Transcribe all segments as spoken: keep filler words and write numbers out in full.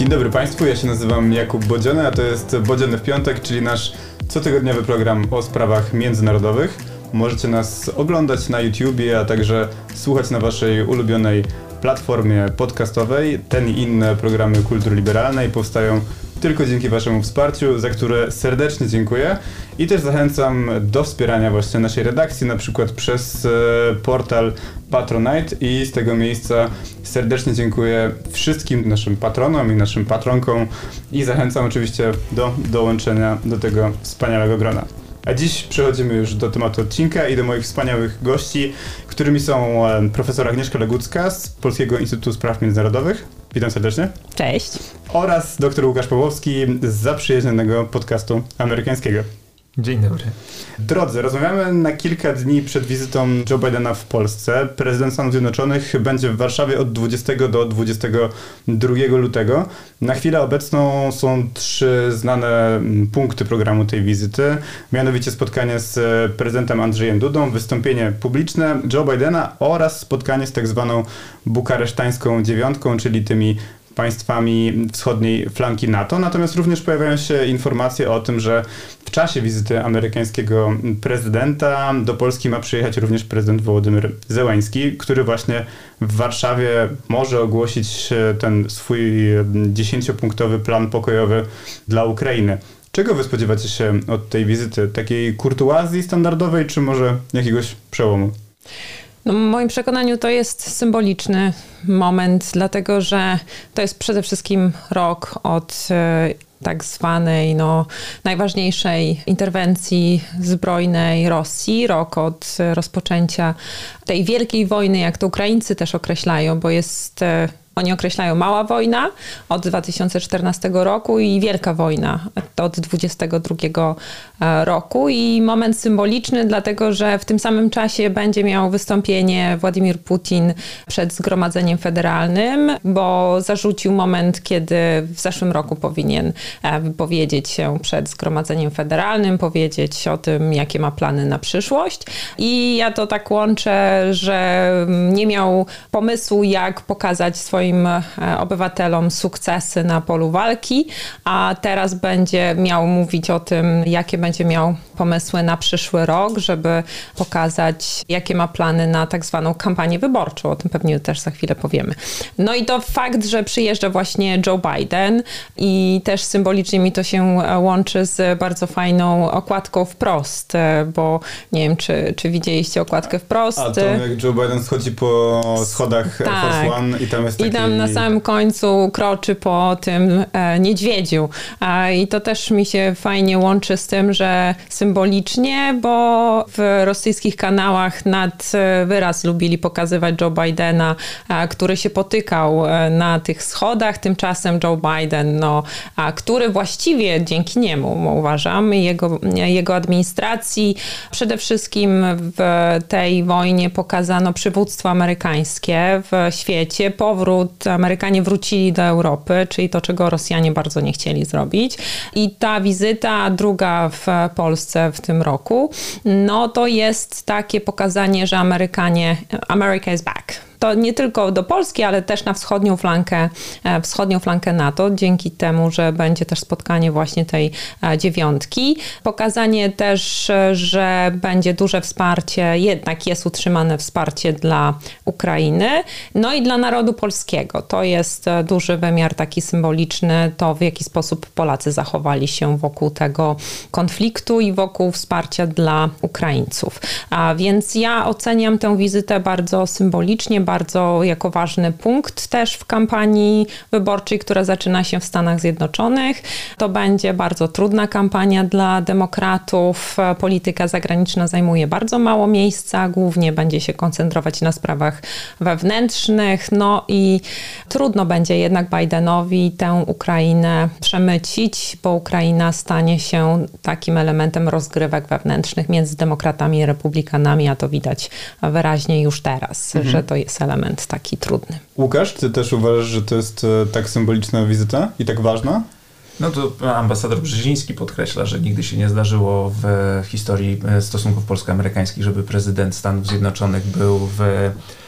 Dzień dobry Państwu, ja się nazywam Jakub Bodziony, a to jest Bodziony w piątek, czyli nasz cotygodniowy program o sprawach międzynarodowych. Możecie nas oglądać na YouTubie, a także słuchać na Waszej ulubionej platformie podcastowej. Ten i inne programy Kultury Liberalnej powstają tylko dzięki Waszemu wsparciu, za które serdecznie dziękuję. I też zachęcam do wspierania właśnie naszej redakcji, na przykład przez portal Patronite, i z tego miejsca serdecznie dziękuję wszystkim naszym patronom i naszym patronkom i zachęcam oczywiście do dołączenia do tego wspaniałego grona. A dziś przechodzimy już do tematu odcinka i do moich wspaniałych gości, którymi są profesor Agnieszka Legucka z Polskiego Instytutu Spraw Międzynarodowych. Witam serdecznie. Cześć. Oraz dr Łukasz Pawłowski z zaprzyjaźnionego podcastu amerykańskiego. Dzień dobry. Drodzy, rozmawiamy na kilka dni przed wizytą Joe Bidena w Polsce. Prezydent Stanów Zjednoczonych będzie w Warszawie od dwudziestego do dwudziestego drugiego lutego. Na chwilę obecną są trzy znane punkty programu tej wizyty. Mianowicie spotkanie z prezydentem Andrzejem Dudą, wystąpienie publiczne Joe Bidena oraz spotkanie z tak zwaną bukaresztańską dziewiątką, czyli tymi państwami wschodniej flanki NATO. Natomiast również pojawiają się informacje o tym, że w czasie wizyty amerykańskiego prezydenta do Polski ma przyjechać również prezydent Wołodymyr Zełański, który właśnie w Warszawie może ogłosić ten swój dziesięciopunktowy plan pokojowy dla Ukrainy. Czego wy spodziewacie się od tej wizyty? Takiej kurtuazji standardowej, czy może jakiegoś przełomu? No, w moim przekonaniu to jest symboliczny moment, dlatego że to jest przede wszystkim rok od tak zwanej no, najważniejszej interwencji zbrojnej Rosji, rok od rozpoczęcia tej wielkiej wojny, jak to Ukraińcy też określają, bo jest... Oni określają mała wojna od dwa tysiące czternastego roku i wielka wojna od dwudziestego drugiego roku. I moment symboliczny, dlatego że w tym samym czasie będzie miał wystąpienie Władimir Putin przed Zgromadzeniem Federalnym, bo zarzucił moment, kiedy w zeszłym roku powinien wypowiedzieć się przed Zgromadzeniem Federalnym, powiedzieć o tym, jakie ma plany na przyszłość. I ja to tak łączę, że nie miał pomysłu, jak pokazać swoim obywatelom sukcesy na polu walki, a teraz będzie miał mówić o tym, jakie będzie miał pomysły na przyszły rok, żeby pokazać, jakie ma plany na tak zwaną kampanię wyborczą. O tym pewnie też za chwilę powiemy. No i to fakt, że przyjeżdża właśnie Joe Biden i też symbolicznie mi to się łączy z bardzo fajną okładką Wprost, bo nie wiem, czy, czy widzieliście okładkę Wprost. A to jak Joe Biden schodzi po schodach tak. Air Force One i tam jest taki... I tam na samym końcu kroczy po tym e, niedźwiedziu. E, I to też mi się fajnie łączy z tym, że symbolicznie, bo w rosyjskich kanałach nad wyraz lubili pokazywać Joe Bidena, e, który się potykał e, na tych schodach. Tymczasem Joe Biden, no, a, który właściwie dzięki niemu, uważam, jego, jego administracji, przede wszystkim w tej wojnie pokazano przywództwo amerykańskie w świecie, powrót, Amerykanie wrócili do Europy, czyli to, czego Rosjanie bardzo nie chcieli zrobić. I ta wizyta, druga w Polsce w tym roku, no to jest takie pokazanie, że Amerykanie, America is back. To nie tylko do Polski, ale też na wschodnią flankę, wschodnią flankę NATO, dzięki temu, że będzie też spotkanie właśnie tej dziewiątki. Pokazanie też, że będzie duże wsparcie, jednak jest utrzymane wsparcie dla Ukrainy, no i dla narodu polskiego. To jest duży wymiar taki symboliczny, to w jaki sposób Polacy zachowali się wokół tego konfliktu i wokół wsparcia dla Ukraińców. A więc ja oceniam tę wizytę bardzo symbolicznie, bardzo jako ważny punkt też w kampanii wyborczej, która zaczyna się w Stanach Zjednoczonych. To będzie bardzo trudna kampania dla demokratów. Polityka zagraniczna zajmuje bardzo mało miejsca, głównie będzie się koncentrować na sprawach wewnętrznych. No i trudno będzie jednak Bidenowi tę Ukrainę przemycić, bo Ukraina stanie się takim elementem rozgrywek wewnętrznych między demokratami i republikanami, a to widać wyraźnie już teraz, mhm. że to jest element taki trudny. Łukasz, ty też uważasz, że to jest tak symboliczna wizyta i tak ważna? No to ambasador Brzeziński podkreśla, że nigdy się nie zdarzyło w historii stosunków polsko-amerykańskich, żeby prezydent Stanów Zjednoczonych był w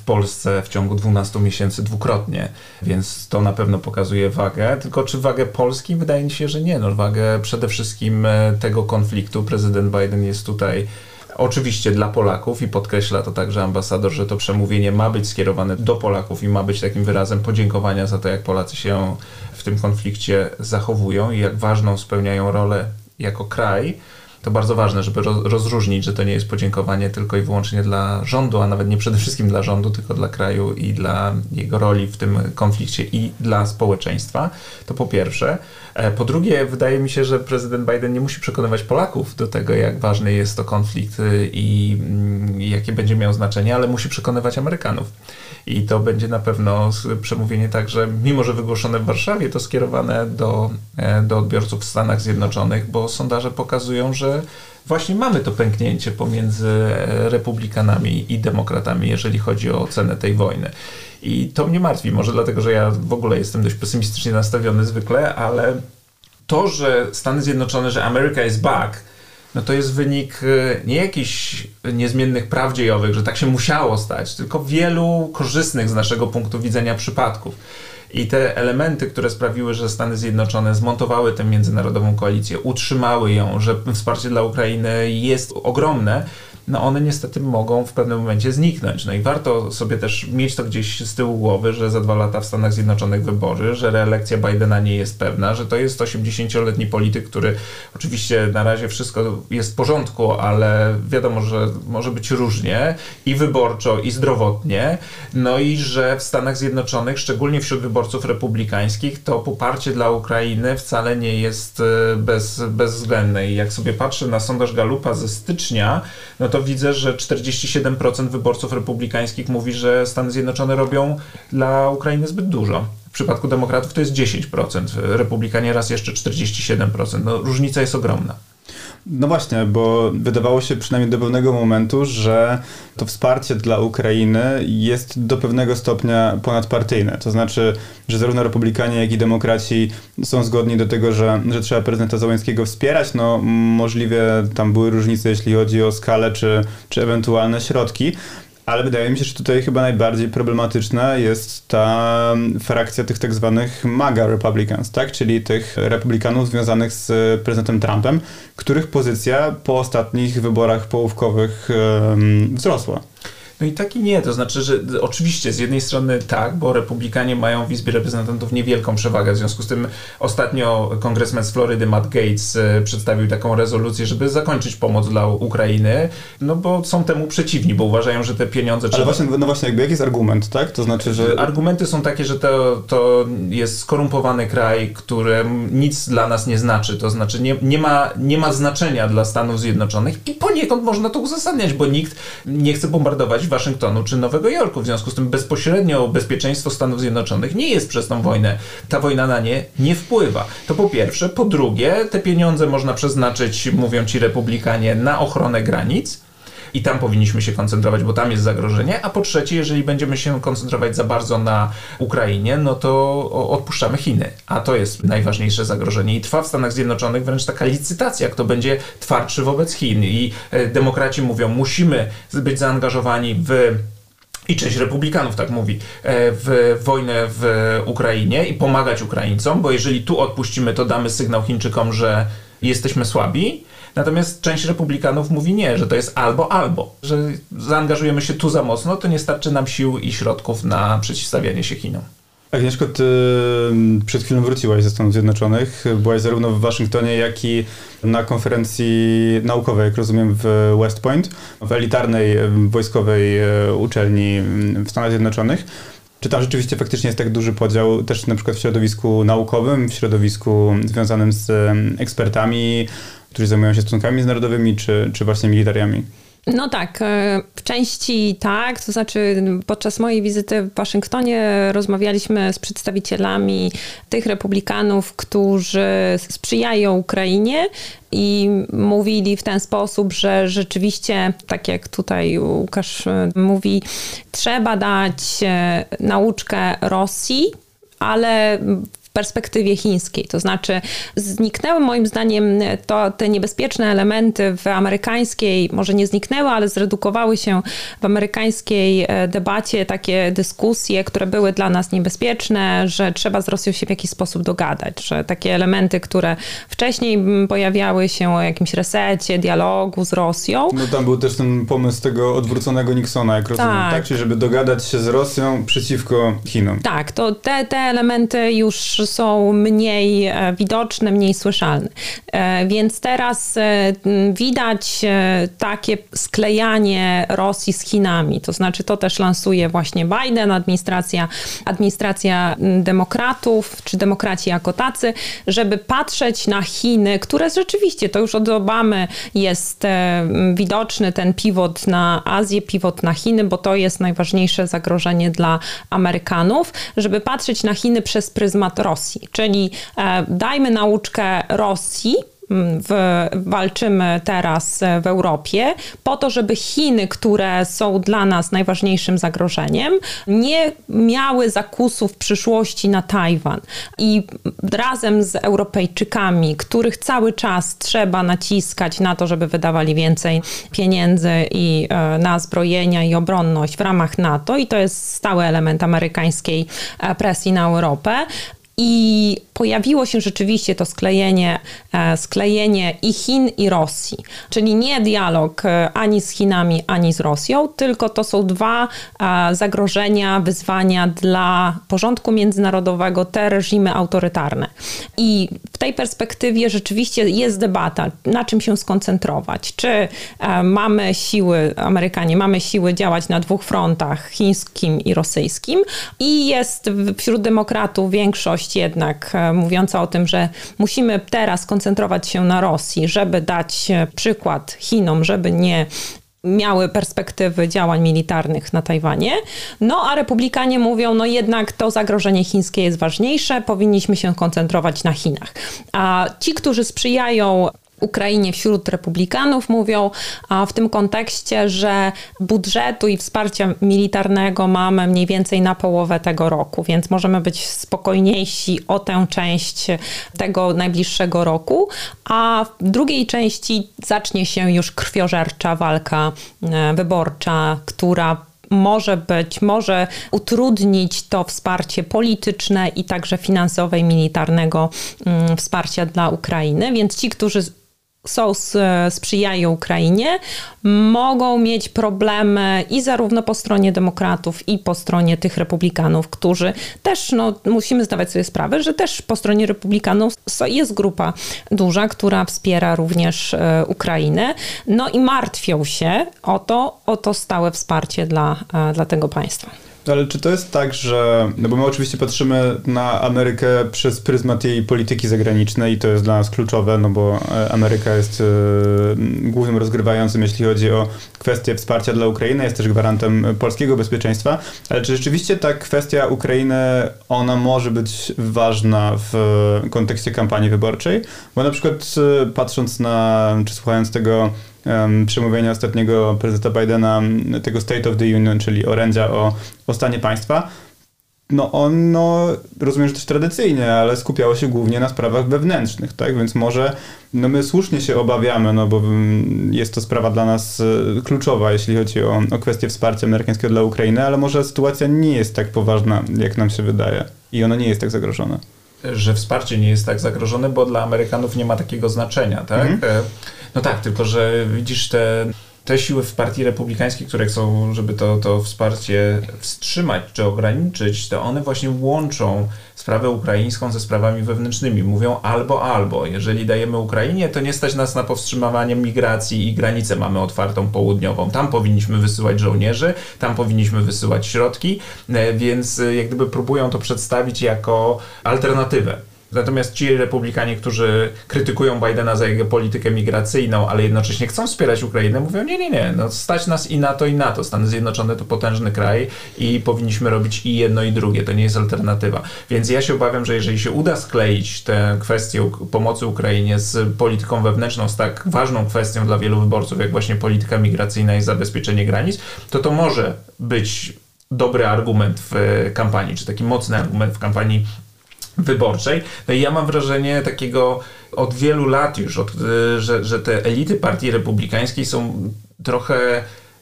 Polsce w ciągu dwunastu miesięcy dwukrotnie, więc to na pewno pokazuje wagę. Tylko czy wagę Polski? Wydaje mi się, że nie. No, wagę przede wszystkim tego konfliktu. Prezydent Biden jest tutaj oczywiście dla Polaków i podkreśla to także ambasador, że to przemówienie ma być skierowane do Polaków i ma być takim wyrazem podziękowania za to, jak Polacy się w tym konflikcie zachowują i jak ważną spełniają rolę jako kraj. To bardzo ważne, żeby rozróżnić, że to nie jest podziękowanie tylko i wyłącznie dla rządu, a nawet nie przede wszystkim dla rządu, tylko dla kraju i dla jego roli w tym konflikcie i dla społeczeństwa. To po pierwsze. Po drugie, wydaje mi się, że prezydent Biden nie musi przekonywać Polaków do tego, jak ważny jest to konflikt i, i jakie będzie miał znaczenie, ale musi przekonywać Amerykanów. I to będzie na pewno przemówienie także, mimo że wygłoszone w Warszawie, to skierowane do, do odbiorców w Stanach Zjednoczonych, bo sondaże pokazują, że właśnie mamy to pęknięcie pomiędzy republikanami i demokratami, jeżeli chodzi o ocenę tej wojny. I to mnie martwi, może dlatego, że ja w ogóle jestem dość pesymistycznie nastawiony zwykle, ale to, że Stany Zjednoczone, że America is back, no to jest wynik nie jakichś niezmiennych praw dziejowych, że tak się musiało stać, tylko wielu korzystnych z naszego punktu widzenia przypadków. I te elementy, które sprawiły, że Stany Zjednoczone zmontowały tę międzynarodową koalicję, utrzymały ją, że wsparcie dla Ukrainy jest ogromne, no one niestety mogą w pewnym momencie zniknąć. No i warto sobie też mieć to gdzieś z tyłu głowy, że za dwa lata w Stanach Zjednoczonych wybory, że reelekcja Bidena nie jest pewna, że to jest osiemdziesięcioletni polityk, który oczywiście na razie wszystko jest w porządku, ale wiadomo, że może być różnie i wyborczo, i zdrowotnie. No i że w Stanach Zjednoczonych, szczególnie wśród wyborców republikańskich, to poparcie dla Ukrainy wcale nie jest bez, bezwzględne. I jak sobie patrzę na sondaż Gallupa ze stycznia, no to to widzę, że czterdzieści siedem procent wyborców republikańskich mówi, że Stany Zjednoczone robią dla Ukrainy zbyt dużo. W przypadku demokratów to jest dziesięć procent, republikanie raz jeszcze czterdzieści siedem procent. No, różnica jest ogromna. No właśnie, bo wydawało się przynajmniej do pewnego momentu, że to wsparcie dla Ukrainy jest do pewnego stopnia ponadpartyjne. To znaczy, że zarówno republikanie, jak i demokraci są zgodni do tego, że, że trzeba prezydenta Zełenskiego wspierać. No możliwie tam były różnice, jeśli chodzi o skalę czy, czy ewentualne środki. Ale wydaje mi się, że tutaj chyba najbardziej problematyczna jest ta frakcja tych tak zwanych MAGA Republicans, tak? Czyli tych republikanów związanych z prezydentem Trumpem, których pozycja po ostatnich wyborach połówkowych um, wzrosła. No i tak i nie, to znaczy, że oczywiście z jednej strony tak, bo republikanie mają w Izbie Reprezentantów niewielką przewagę, w związku z tym ostatnio kongresmen z Florydy Matt Gaetz przedstawił taką rezolucję, żeby zakończyć pomoc dla Ukrainy, no bo są temu przeciwni, bo uważają, że te pieniądze... Ale trzeba... właśnie, no właśnie, jakby jaki jest argument, tak? To znaczy, że... Argumenty są takie, że to, to jest skorumpowany kraj, który nic dla nas nie znaczy, to znaczy nie, nie, ma, nie ma znaczenia dla Stanów Zjednoczonych i poniekąd można to uzasadniać, bo nikt nie chce bombardować Waszyngtonu czy Nowego Jorku. W związku z tym bezpośrednio bezpieczeństwo Stanów Zjednoczonych nie jest przez tą wojnę. Ta wojna na nie nie wpływa. To po pierwsze. Po drugie, te pieniądze można przeznaczyć, mówią ci republikanie, na ochronę granic. I tam powinniśmy się koncentrować, bo tam jest zagrożenie. A po trzecie, jeżeli będziemy się koncentrować za bardzo na Ukrainie, no to odpuszczamy Chiny. A to jest najważniejsze zagrożenie. I trwa w Stanach Zjednoczonych wręcz taka licytacja, kto będzie twardszy wobec Chin. I demokraci mówią, musimy być zaangażowani w... I część republikanów tak mówi, w wojnę w Ukrainie i pomagać Ukraińcom, bo jeżeli tu odpuścimy, to damy sygnał Chińczykom, że jesteśmy słabi. Natomiast część republikanów mówi nie, że to jest albo, albo. Że zaangażujemy się tu za mocno, to nie starczy nam sił i środków na przeciwstawianie się Chinom. Agnieszko, ty przed chwilą wróciłaś ze Stanów Zjednoczonych. Byłaś zarówno w Waszyngtonie, jak i na konferencji naukowej, jak rozumiem, w West Point, w elitarnej wojskowej uczelni w Stanach Zjednoczonych. Czy tam rzeczywiście faktycznie jest tak duży podział też na przykład w środowisku naukowym, w środowisku związanym z ekspertami, którzy zajmują się stosunkami międzynarodowymi, czy, czy właśnie militariami? No tak, w części tak, to znaczy podczas mojej wizyty w Waszyngtonie rozmawialiśmy z przedstawicielami tych republikanów, którzy sprzyjają Ukrainie i mówili w ten sposób, że rzeczywiście, tak jak tutaj Łukasz mówi, trzeba dać nauczkę Rosji, ale w perspektywie chińskiej. To znaczy zniknęły moim zdaniem to, te niebezpieczne elementy w amerykańskiej, może nie zniknęły, ale zredukowały się w amerykańskiej debacie takie dyskusje, które były dla nas niebezpieczne, że trzeba z Rosją się w jakiś sposób dogadać, że takie elementy, które wcześniej pojawiały się o jakimś resecie, dialogu z Rosją. No tam był też ten pomysł tego odwróconego Nixona, jak rozumiem, tak? tak? Czyli żeby dogadać się z Rosją przeciwko Chinom. Tak, to te, te elementy już są mniej widoczne, mniej słyszalne. Więc teraz widać takie sklejanie Rosji z Chinami. To znaczy to też lansuje właśnie Biden, administracja, administracja demokratów, czy demokraci jako tacy, żeby patrzeć na Chiny, które rzeczywiście, to już od Obamy jest widoczny ten pivot na Azję, pivot na Chiny, bo to jest najważniejsze zagrożenie dla Amerykanów, żeby patrzeć na Chiny przez pryzmat Rosji. Czyli e, dajmy nauczkę Rosji, W, walczymy teraz w Europie po to, żeby Chiny, które są dla nas najważniejszym zagrożeniem, nie miały zakusów w przyszłości na Tajwan. I razem z Europejczykami, których cały czas trzeba naciskać na to, żeby wydawali więcej pieniędzy i e, na zbrojenia i obronność w ramach NATO, i to jest stały element amerykańskiej presji na Europę. I pojawiło się rzeczywiście to sklejenie, sklejenie i Chin, i Rosji. Czyli nie dialog ani z Chinami, ani z Rosją, tylko to są dwa zagrożenia, wyzwania dla porządku międzynarodowego, te reżimy autorytarne. I w tej perspektywie rzeczywiście jest debata, na czym się skoncentrować. Czy mamy siły, Amerykanie, mamy siły działać na dwóch frontach, chińskim i rosyjskim. I jest wśród demokratów większość jednak mówiąca o tym, że musimy teraz koncentrować się na Rosji, żeby dać przykład Chinom, żeby nie miały perspektywy działań militarnych na Tajwanie. No a republikanie mówią, no jednak to zagrożenie chińskie jest ważniejsze, powinniśmy się koncentrować na Chinach. A ci, którzy sprzyjają Ukrainie wśród republikanów, mówią w tym kontekście, że budżetu i wsparcia militarnego mamy mniej więcej na połowę tego roku, więc możemy być spokojniejsi o tę część tego najbliższego roku, a w drugiej części zacznie się już krwiożercza walka wyborcza, która może być, może utrudnić to wsparcie polityczne i także finansowe i militarnego um, wsparcia dla Ukrainy, więc ci, którzy są, sprzyjają Ukrainie, mogą mieć problemy i zarówno po stronie demokratów, i po stronie tych republikanów, którzy też, no, musimy zdawać sobie sprawę, że też po stronie republikanów jest grupa duża, która wspiera również Ukrainę, no i martwią się o to, o to stałe wsparcie dla, dla tego państwa. Ale czy to jest tak, że, no bo my oczywiście patrzymy na Amerykę przez pryzmat jej polityki zagranicznej i to jest dla nas kluczowe, no bo Ameryka jest y, głównym rozgrywającym, jeśli chodzi o kwestię wsparcia dla Ukrainy, jest też gwarantem polskiego bezpieczeństwa, ale czy rzeczywiście ta kwestia Ukrainy, ona może być ważna w kontekście kampanii wyborczej? Bo na przykład y, patrząc na, czy słuchając tego Um, przemówienia ostatniego prezydenta Bidena, tego State of the Union, czyli orędzia o, o stanie państwa, no on, no, rozumiem, że też tradycyjnie, ale skupiało się głównie na sprawach wewnętrznych, tak? Więc może no my słusznie się obawiamy, no bo jest to sprawa dla nas kluczowa, jeśli chodzi o, o kwestię wsparcia amerykańskiego dla Ukrainy, ale może sytuacja nie jest tak poważna, jak nam się wydaje i ona nie jest tak zagrożona. Że wsparcie nie jest tak zagrożone, bo dla Amerykanów nie ma takiego znaczenia, tak? Mhm. No tak, tylko że widzisz te, te siły w partii republikańskiej, które chcą, żeby to, to wsparcie wstrzymać czy ograniczyć, to one właśnie łączą sprawę ukraińską ze sprawami wewnętrznymi. Mówią albo, albo. Jeżeli dajemy Ukrainie, to nie stać nas na powstrzymywanie migracji i granicę mamy otwartą południową. Tam powinniśmy wysyłać żołnierzy, tam powinniśmy wysyłać środki, więc jak gdyby próbują to przedstawić jako alternatywę. Natomiast ci republikanie, którzy krytykują Bidena za jego politykę migracyjną, ale jednocześnie chcą wspierać Ukrainę, mówią nie, nie, nie, no stać nas i na to, i na to. Stany Zjednoczone to potężny kraj i powinniśmy robić i jedno, i drugie. To nie jest alternatywa. Więc ja się obawiam, że jeżeli się uda skleić tę kwestię pomocy Ukrainie z polityką wewnętrzną, z tak ważną kwestią dla wielu wyborców, jak właśnie polityka migracyjna i zabezpieczenie granic, to to może być dobry argument w kampanii, czy taki mocny argument w kampanii wyborczej. No i ja mam wrażenie takiego od wielu lat już, od, że, że te elity partii republikańskiej są trochę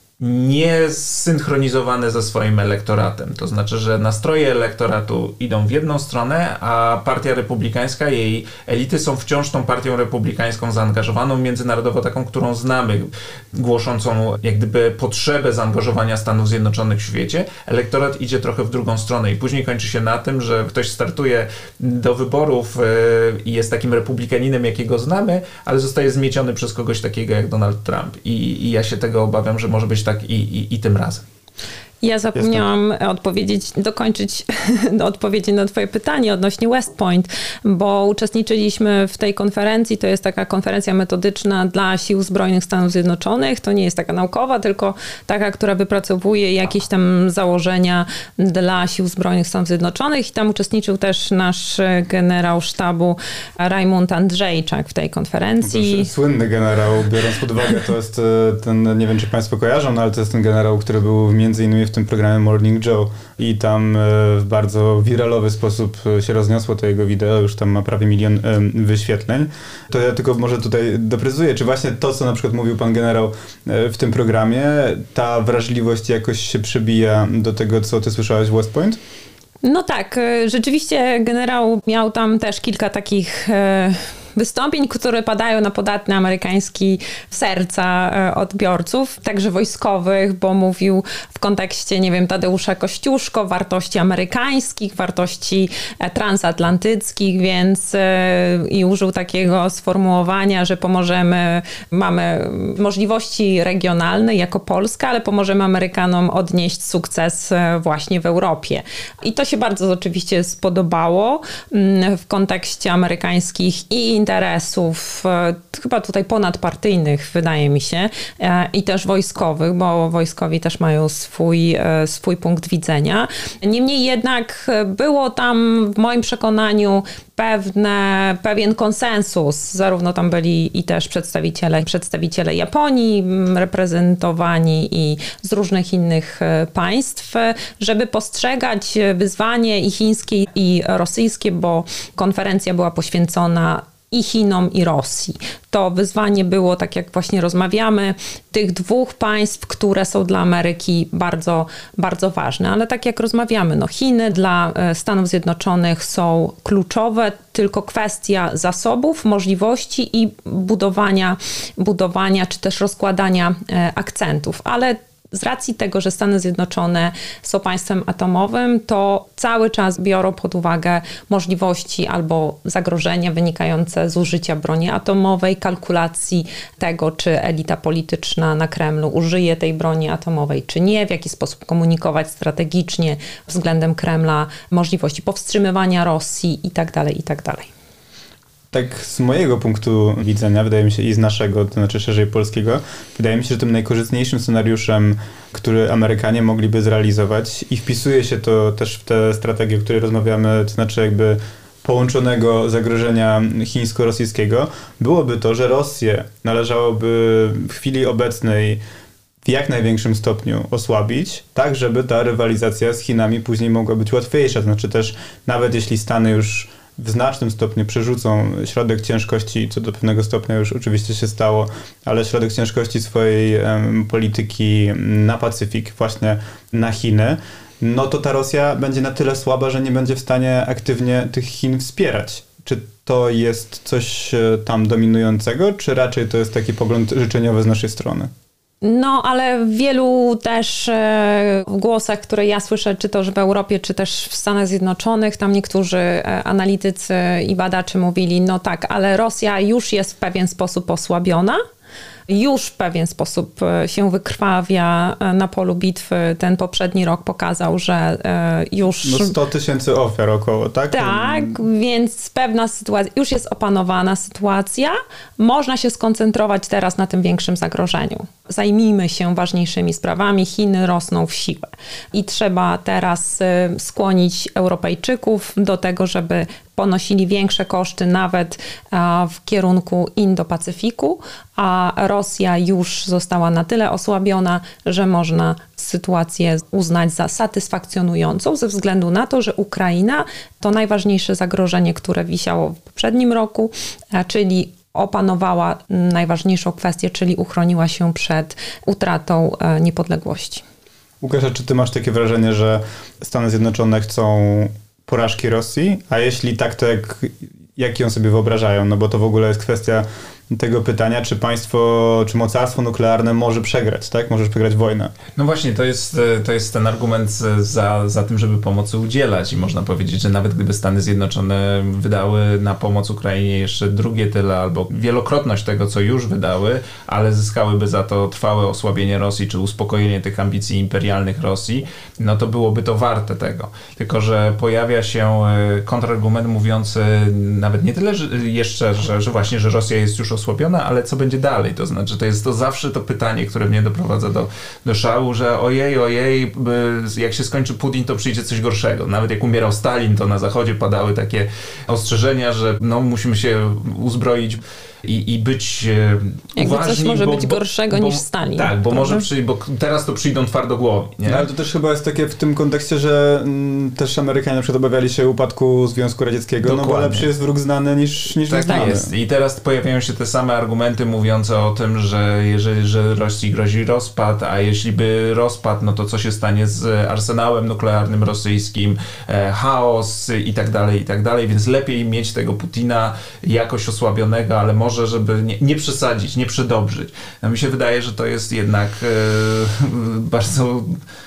niesynchronizowane ze swoim elektoratem. To znaczy, że nastroje elektoratu idą w jedną stronę, a partia republikańska, jej elity są wciąż tą partią republikańską zaangażowaną międzynarodowo, taką, którą znamy, głoszącą jak gdyby potrzebę zaangażowania Stanów Zjednoczonych w świecie. Elektorat idzie trochę w drugą stronę i później kończy się na tym, że ktoś startuje do wyborów i jest takim republikaninem, jakiego znamy, ale zostaje zmieciony przez kogoś takiego jak Donald Trump. I, i ja się tego obawiam, że może być tak i, i, i tym razem. Ja zapomniałam Jestem. odpowiedzieć, dokończyć odpowiedzi na twoje pytanie odnośnie West Point, bo uczestniczyliśmy w tej konferencji. To jest taka konferencja metodyczna dla Sił Zbrojnych Stanów Zjednoczonych. To nie jest taka naukowa, tylko taka, która wypracowuje jakieś tam założenia dla Sił Zbrojnych Stanów Zjednoczonych. I tam uczestniczył też nasz generał sztabu Rajmund Andrzejczak w tej konferencji. No słynny generał, biorąc pod uwagę, to jest ten, nie wiem czy państwo kojarzą, no ale to jest ten generał, który był między innymi w tym programie Morning Joe i tam w bardzo wiralowy sposób się rozniosło to jego wideo, już tam ma prawie milion wyświetleń. To ja tylko może tutaj doprecyzuję, czy właśnie to, co na przykład mówił pan generał w tym programie, ta wrażliwość jakoś się przebija do tego, co ty słyszałeś w West Point? No tak, rzeczywiście generał miał tam też kilka takich wystąpień, które padają na podatne amerykańskie serca odbiorców, także wojskowych, bo mówił w kontekście, nie wiem, Tadeusza Kościuszko, wartości amerykańskich, wartości transatlantyckich, więc i użył takiego sformułowania, że pomożemy, mamy możliwości regionalne jako Polska, ale pomożemy Amerykanom odnieść sukces właśnie w Europie. I to się bardzo oczywiście spodobało w kontekście amerykańskich i interesów, chyba tutaj ponadpartyjnych, wydaje mi się, i też wojskowych, bo wojskowi też mają swój, swój punkt widzenia. Niemniej jednak było tam w moim przekonaniu pewne, pewien konsensus. Zarówno tam byli i też przedstawiciele, przedstawiciele Japonii reprezentowani i z różnych innych państw, żeby postrzegać wyzwanie i chińskie, i rosyjskie, bo konferencja była poświęcona i Chinom, i Rosji. To wyzwanie było, tak jak właśnie rozmawiamy, tych dwóch państw, które są dla Ameryki bardzo, bardzo ważne. Ale tak jak rozmawiamy, no Chiny dla Stanów Zjednoczonych są kluczowe, tylko kwestia zasobów, możliwości i budowania, budowania czy też rozkładania akcentów. Ale z racji tego, że Stany Zjednoczone są państwem atomowym, to cały czas biorą pod uwagę możliwości albo zagrożenia wynikające z użycia broni atomowej, kalkulacji tego, czy elita polityczna na Kremlu użyje tej broni atomowej, czy nie, w jaki sposób komunikować strategicznie względem Kremla, możliwości powstrzymywania Rosji i tak dalej, i tak dalej. Tak z mojego punktu widzenia, wydaje mi się, i z naszego, to znaczy szerzej polskiego, wydaje mi się, że tym najkorzystniejszym scenariuszem, który Amerykanie mogliby zrealizować, i wpisuje się to też w tę strategię, o której rozmawiamy, to znaczy jakby połączonego zagrożenia chińsko-rosyjskiego, byłoby to, że Rosję należałoby w chwili obecnej w jak największym stopniu osłabić, tak żeby ta rywalizacja z Chinami później mogła być łatwiejsza. Znaczy też nawet jeśli Stany już w znacznym stopniu przerzucą środek ciężkości, co do pewnego stopnia już oczywiście się stało, ale środek ciężkości swojej um, polityki na Pacyfik, właśnie na Chiny, no to ta Rosja będzie na tyle słaba, że nie będzie w stanie aktywnie tych Chin wspierać. Czy to jest coś tam dominującego, czy raczej to jest taki pogląd życzeniowy z naszej strony? No, ale w wielu też e, głosach, które ja słyszę, czy to w Europie, czy też w Stanach Zjednoczonych, tam niektórzy e, analitycy i badacze mówili, no tak, ale Rosja już jest w pewien sposób osłabiona, już w pewien sposób się wykrwawia na polu bitwy. Ten poprzedni rok pokazał, że już... No sto tysięcy ofiar około, tak? Tak, więc pewna sytuacja, już jest opanowana sytuacja. Można się skoncentrować teraz na tym większym zagrożeniu. Zajmijmy się ważniejszymi sprawami. Chiny rosną w siłę. I trzeba teraz skłonić Europejczyków do tego, żeby ponosili większe koszty nawet w kierunku Indo-Pacyfiku, a Rosja już została na tyle osłabiona, że można sytuację uznać za satysfakcjonującą ze względu na to, że Ukraina to najważniejsze zagrożenie, które wisiało w poprzednim roku, czyli opanowała najważniejszą kwestię, czyli uchroniła się przed utratą niepodległości. Łukasz, czy ty masz takie wrażenie, że Stany Zjednoczone chcą porażki Rosji? A jeśli tak, to jak, jak ją sobie wyobrażają? No bo to w ogóle jest kwestia tego pytania, czy państwo, czy mocarstwo nuklearne może przegrać, tak? Może przegrać wojnę. No właśnie, to jest, to jest ten argument za, za tym, żeby pomocy udzielać i można powiedzieć, że nawet gdyby Stany Zjednoczone wydały na pomoc Ukrainie jeszcze drugie tyle albo wielokrotność tego, co już wydały, ale zyskałyby za to trwałe osłabienie Rosji czy uspokojenie tych ambicji imperialnych Rosji, no to byłoby to warte tego. Tylko że pojawia się kontrargument mówiący nawet nie tyle że jeszcze, że, że właśnie, że Rosja jest już osłabiona, ale co będzie dalej? To znaczy, to jest to zawsze to pytanie, które mnie doprowadza do, do szału, że ojej, ojej, jak się skończy Putin, to przyjdzie coś gorszego. Nawet jak umierał Stalin, to na Zachodzie padały takie ostrzeżenia, że no musimy się uzbroić i, i być e, Jakby uważni. coś może bo, być bo, gorszego bo, niż Stalin. Tak, bo prawda? może przy, bo teraz to przyjdą twardogłowi. Nie? No, ale to też chyba jest takie w tym kontekście, że m, też Amerykanie na przykład obawiali się upadku Związku Radzieckiego, Dokładnie. no bo lepszy jest wróg znany niż, niż tak nieznany. jest. I teraz pojawiają się te same argumenty mówiące o tym, że jeżeli że Rosji grozi rozpad, a jeśli by rozpadł, no to co się stanie z arsenałem nuklearnym rosyjskim, e, chaos i tak dalej, i tak dalej, więc lepiej mieć tego Putina jakoś osłabionego, ale może, żeby nie, nie przesadzić, nie przedobrzyć. No mi się wydaje, że to jest jednak e, bardzo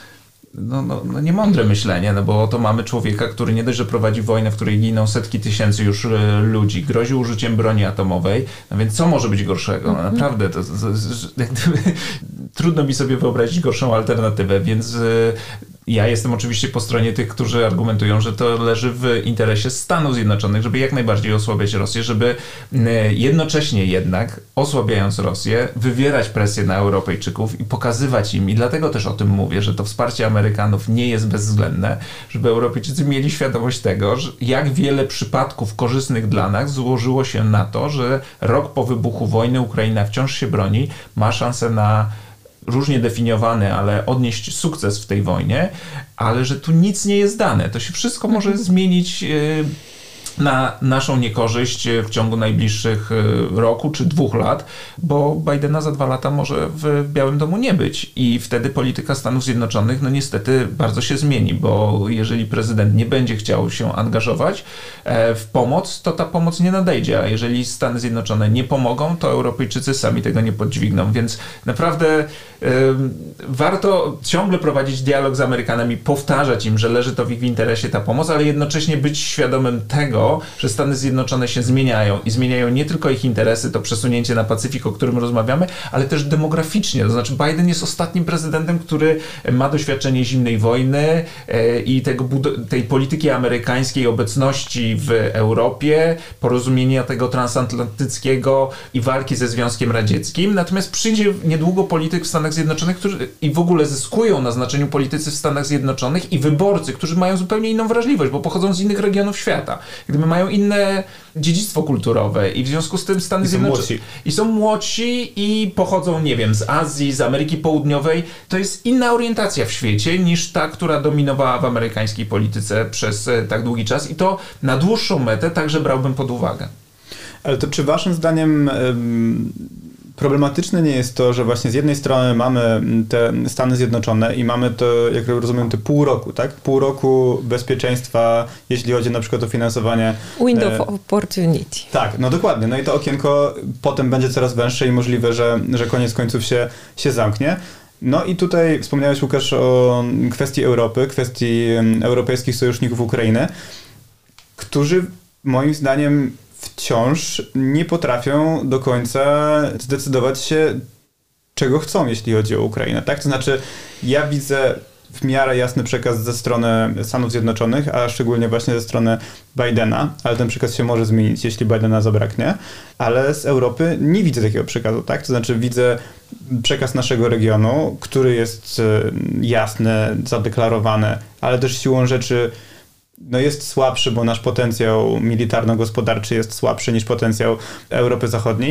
no, no, no niemądre myślenie, no bo oto mamy człowieka, który nie dość, że prowadzi wojnę, w której giną setki tysięcy już e, ludzi, grozi użyciem broni atomowej, no więc co może być gorszego? No naprawdę, to, to, to, to jak gdyby, trudno mi sobie wyobrazić gorszą alternatywę, więc e, ja jestem oczywiście po stronie tych, którzy argumentują, że to leży w interesie Stanów Zjednoczonych, żeby jak najbardziej osłabiać Rosję, żeby jednocześnie jednak, osłabiając Rosję, wywierać presję na Europejczyków i pokazywać im, i dlatego też o tym mówię, że to wsparcie Amerykanów nie jest bezwzględne, żeby Europejczycy mieli świadomość tego, że jak wiele przypadków korzystnych dla nas złożyło się na to, że rok po wybuchu wojny Ukraina wciąż się broni, ma szansę na różnie definiowany, ale odnieść sukces w tej wojnie, ale że tu nic nie jest dane. To się wszystko może zmienić na naszą niekorzyść w ciągu najbliższych roku czy dwóch lat, bo Bidena za dwa lata może w Białym Domu nie być i wtedy polityka Stanów Zjednoczonych no niestety bardzo się zmieni, bo jeżeli prezydent nie będzie chciał się angażować w pomoc, to ta pomoc nie nadejdzie, a jeżeli Stany Zjednoczone nie pomogą, to Europejczycy sami tego nie podźwigną, więc naprawdę y, warto ciągle prowadzić dialog z Amerykanami, powtarzać im, że leży to w ich interesie ta pomoc, ale jednocześnie być świadomym tego, że Stany Zjednoczone się zmieniają i zmieniają nie tylko ich interesy, to przesunięcie na Pacyfik, o którym rozmawiamy, ale też demograficznie. To znaczy Biden jest ostatnim prezydentem, który ma doświadczenie zimnej wojny e, i tego, tej polityki amerykańskiej obecności w Europie, porozumienia tego transatlantyckiego i walki ze Związkiem Radzieckim. Natomiast przyjdzie niedługo polityk w Stanach Zjednoczonych, którzy i w ogóle zyskują na znaczeniu politycy w Stanach Zjednoczonych i wyborcy, którzy mają zupełnie inną wrażliwość, bo pochodzą z innych regionów świata. Gdyby mają inne dziedzictwo kulturowe i w związku z tym Stany Zjednoczone i są młodsi i pochodzą, nie wiem, z Azji, z Ameryki Południowej, to jest inna orientacja w świecie niż ta, która dominowała w amerykańskiej polityce przez tak długi czas i to na dłuższą metę także brałbym pod uwagę. Ale to czy waszym zdaniem ym, problematyczne nie jest to, że właśnie z jednej strony mamy te Stany Zjednoczone i mamy to, jak rozumiem, te pół roku, tak? Pół roku bezpieczeństwa, jeśli chodzi na przykład o finansowanie. Window of opportunity. Tak, no dokładnie. No i to okienko potem będzie coraz węższe i możliwe, że, że koniec końców się, się zamknie. No i tutaj wspomniałeś, Łukasz, o kwestii Europy, kwestii europejskich sojuszników Ukrainy, którzy moim zdaniem wciąż nie potrafią do końca zdecydować się, czego chcą, jeśli chodzi o Ukrainę. Tak? To znaczy, ja widzę w miarę jasny przekaz ze strony Stanów Zjednoczonych, a szczególnie właśnie ze strony Bidena, ale ten przekaz się może zmienić, jeśli Bidena zabraknie, ale z Europy nie widzę takiego przekazu, tak? To znaczy widzę przekaz naszego regionu, który jest jasny, zadeklarowany, ale też siłą rzeczy no jest słabszy, bo nasz potencjał militarno-gospodarczy jest słabszy niż potencjał Europy Zachodniej,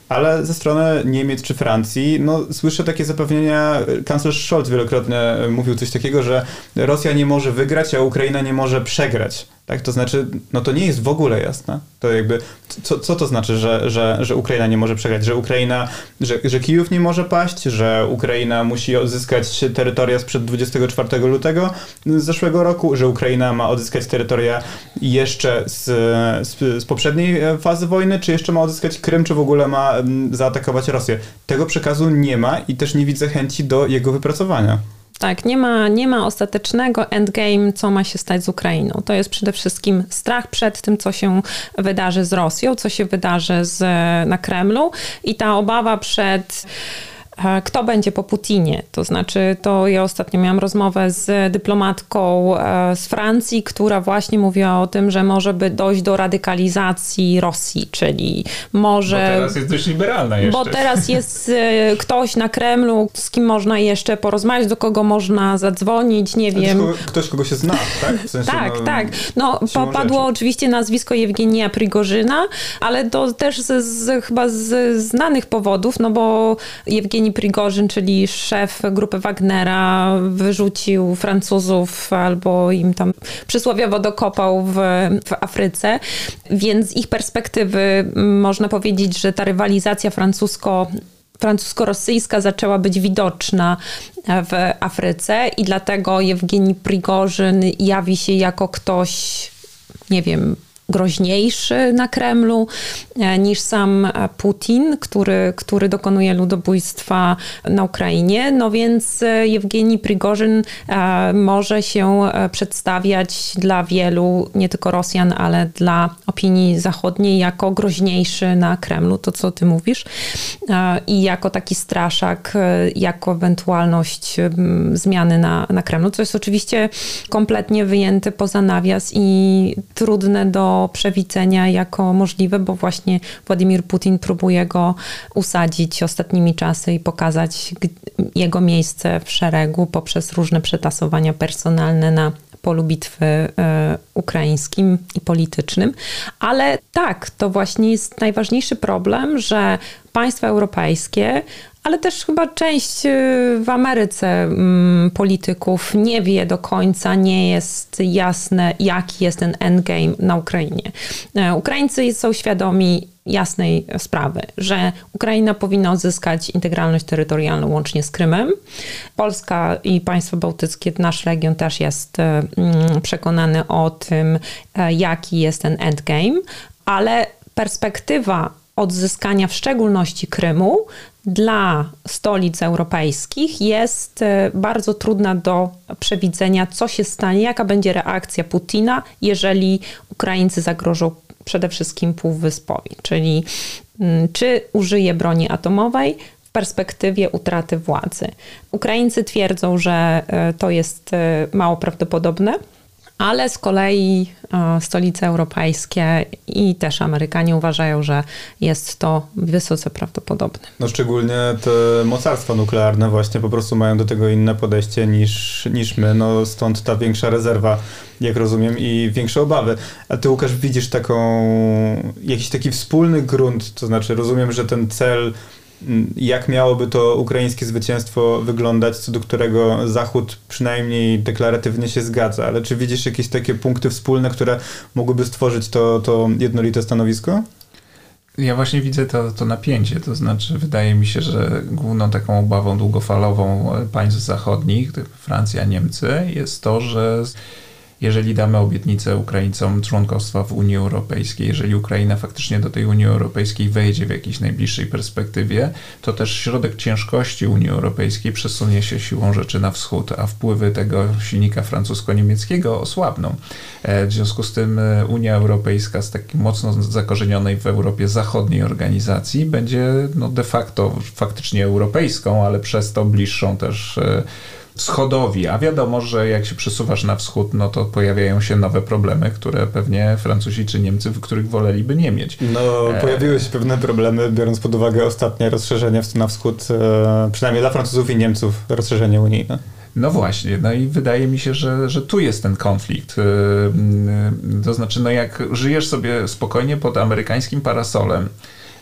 Ale ze strony Niemiec czy Francji, no słyszę takie zapewnienia, kanclerz Scholz wielokrotnie mówił coś takiego, że Rosja nie może wygrać, a Ukraina nie może przegrać. Tak, to znaczy, no to nie jest w ogóle jasne. To jakby, co, co to znaczy, że, że, że Ukraina nie może przegrać? Że Ukraina, że, że Kijów nie może paść, że Ukraina musi odzyskać terytoria sprzed dwudziestego czwartego lutego z zeszłego roku, że Ukraina ma odzyskać terytoria jeszcze z, z, z poprzedniej fazy wojny, czy jeszcze ma odzyskać Krym, czy w ogóle ma zaatakować Rosję. Tego przekazu nie ma i też nie widzę chęci do jego wypracowania. Tak, nie ma, nie ma ostatecznego endgame, co ma się stać z Ukrainą. To jest przede wszystkim strach przed tym, co się wydarzy z Rosją, co się wydarzy z, na Kremlu i ta obawa przed... Kto będzie po Putinie? To znaczy, to ja ostatnio miałam rozmowę z dyplomatką z Francji, która właśnie mówiła o tym, że może by dojść do radykalizacji Rosji, czyli może... Bo teraz jest dość liberalna jeszcze. Bo teraz jest ktoś na Kremlu, z kim można jeszcze porozmawiać, do kogo można zadzwonić, nie wiem. Kogo, ktoś, kogo się zna, tak? W sensie, tak, no, tak. No, padło rzeczy. Oczywiście nazwisko Jewgenija Prigorzyna, ale to też z, z, chyba z znanych powodów, no bo Jewgenij Prigorzyn, czyli szef grupy Wagnera, wyrzucił Francuzów albo im tam przysłowiowo dokopał w, w Afryce, więc z ich perspektywy można powiedzieć, że ta rywalizacja francusko francusko-rosyjska zaczęła być widoczna w Afryce i dlatego Jewgenij Prigorzyn jawi się jako ktoś, nie wiem, groźniejszy na Kremlu niż sam Putin, który, który dokonuje ludobójstwa na Ukrainie. No więc Jewgenij Prigorzyn może się przedstawiać dla wielu, nie tylko Rosjan, ale dla opinii zachodniej jako groźniejszy na Kremlu, to co ty mówisz, i jako taki straszak, jako ewentualność zmiany na, na Kremlu, co jest oczywiście kompletnie wyjęte poza nawias i trudne do przewidzenia jako możliwe, bo właśnie Władimir Putin próbuje go usadzić ostatnimi czasy i pokazać jego miejsce w szeregu poprzez różne przetasowania personalne na polu bitwy y, ukraińskim i politycznym. Ale tak, to właśnie jest najważniejszy problem, że państwa europejskie, ale też chyba część w Ameryce mm, polityków nie wie do końca, nie jest jasne, jaki jest ten endgame na Ukrainie. Ukraińcy są świadomi jasnej sprawy, że Ukraina powinna odzyskać integralność terytorialną łącznie z Krymem. Polska i państwa bałtyckie, nasz region też jest mm, przekonany o tym, jaki jest ten endgame, ale perspektywa odzyskania w szczególności Krymu dla stolic europejskich jest bardzo trudna do przewidzenia, co się stanie, jaka będzie reakcja Putina, jeżeli Ukraińcy zagrożą przede wszystkim Półwyspowi, czyli czy użyje broni atomowej w perspektywie utraty władzy. Ukraińcy twierdzą, że to jest mało prawdopodobne, ale z kolei stolice europejskie i też Amerykanie uważają, że jest to wysoce prawdopodobne. No szczególnie te mocarstwa nuklearne właśnie po prostu mają do tego inne podejście niż, niż my, no stąd ta większa rezerwa, jak rozumiem, i większe obawy. A ty, Łukasz, widzisz taką, jakiś taki wspólny grunt, to znaczy rozumiem, że ten cel, jak miałoby to ukraińskie zwycięstwo wyglądać, co do którego Zachód przynajmniej deklaratywnie się zgadza, ale czy widzisz jakieś takie punkty wspólne, które mogłyby stworzyć to, to jednolite stanowisko? Ja właśnie widzę to, to napięcie, to znaczy wydaje mi się, że główną taką obawą długofalową państw zachodnich, Francja, Niemcy, jest to, że jeżeli damy obietnicę Ukraińcom członkostwa w Unii Europejskiej, jeżeli Ukraina faktycznie do tej Unii Europejskiej wejdzie w jakiejś najbliższej perspektywie, to też środek ciężkości Unii Europejskiej przesunie się siłą rzeczy na wschód, a wpływy tego silnika francusko-niemieckiego osłabną. W związku z tym Unia Europejska z takiej mocno zakorzenionej w Europie zachodniej organizacji będzie no de facto faktycznie europejską, ale przez to bliższą też wschodowi, a wiadomo, że jak się przesuwasz na wschód, no to pojawiają się nowe problemy, które pewnie Francuzi czy Niemcy, których woleliby nie mieć. No, pojawiły się pewne problemy, biorąc pod uwagę ostatnie rozszerzenie na wschód, przynajmniej dla Francuzów i Niemców, rozszerzenie unijne. No właśnie, no i wydaje mi się, że, że tu jest ten konflikt. To znaczy, no jak żyjesz sobie spokojnie pod amerykańskim parasolem,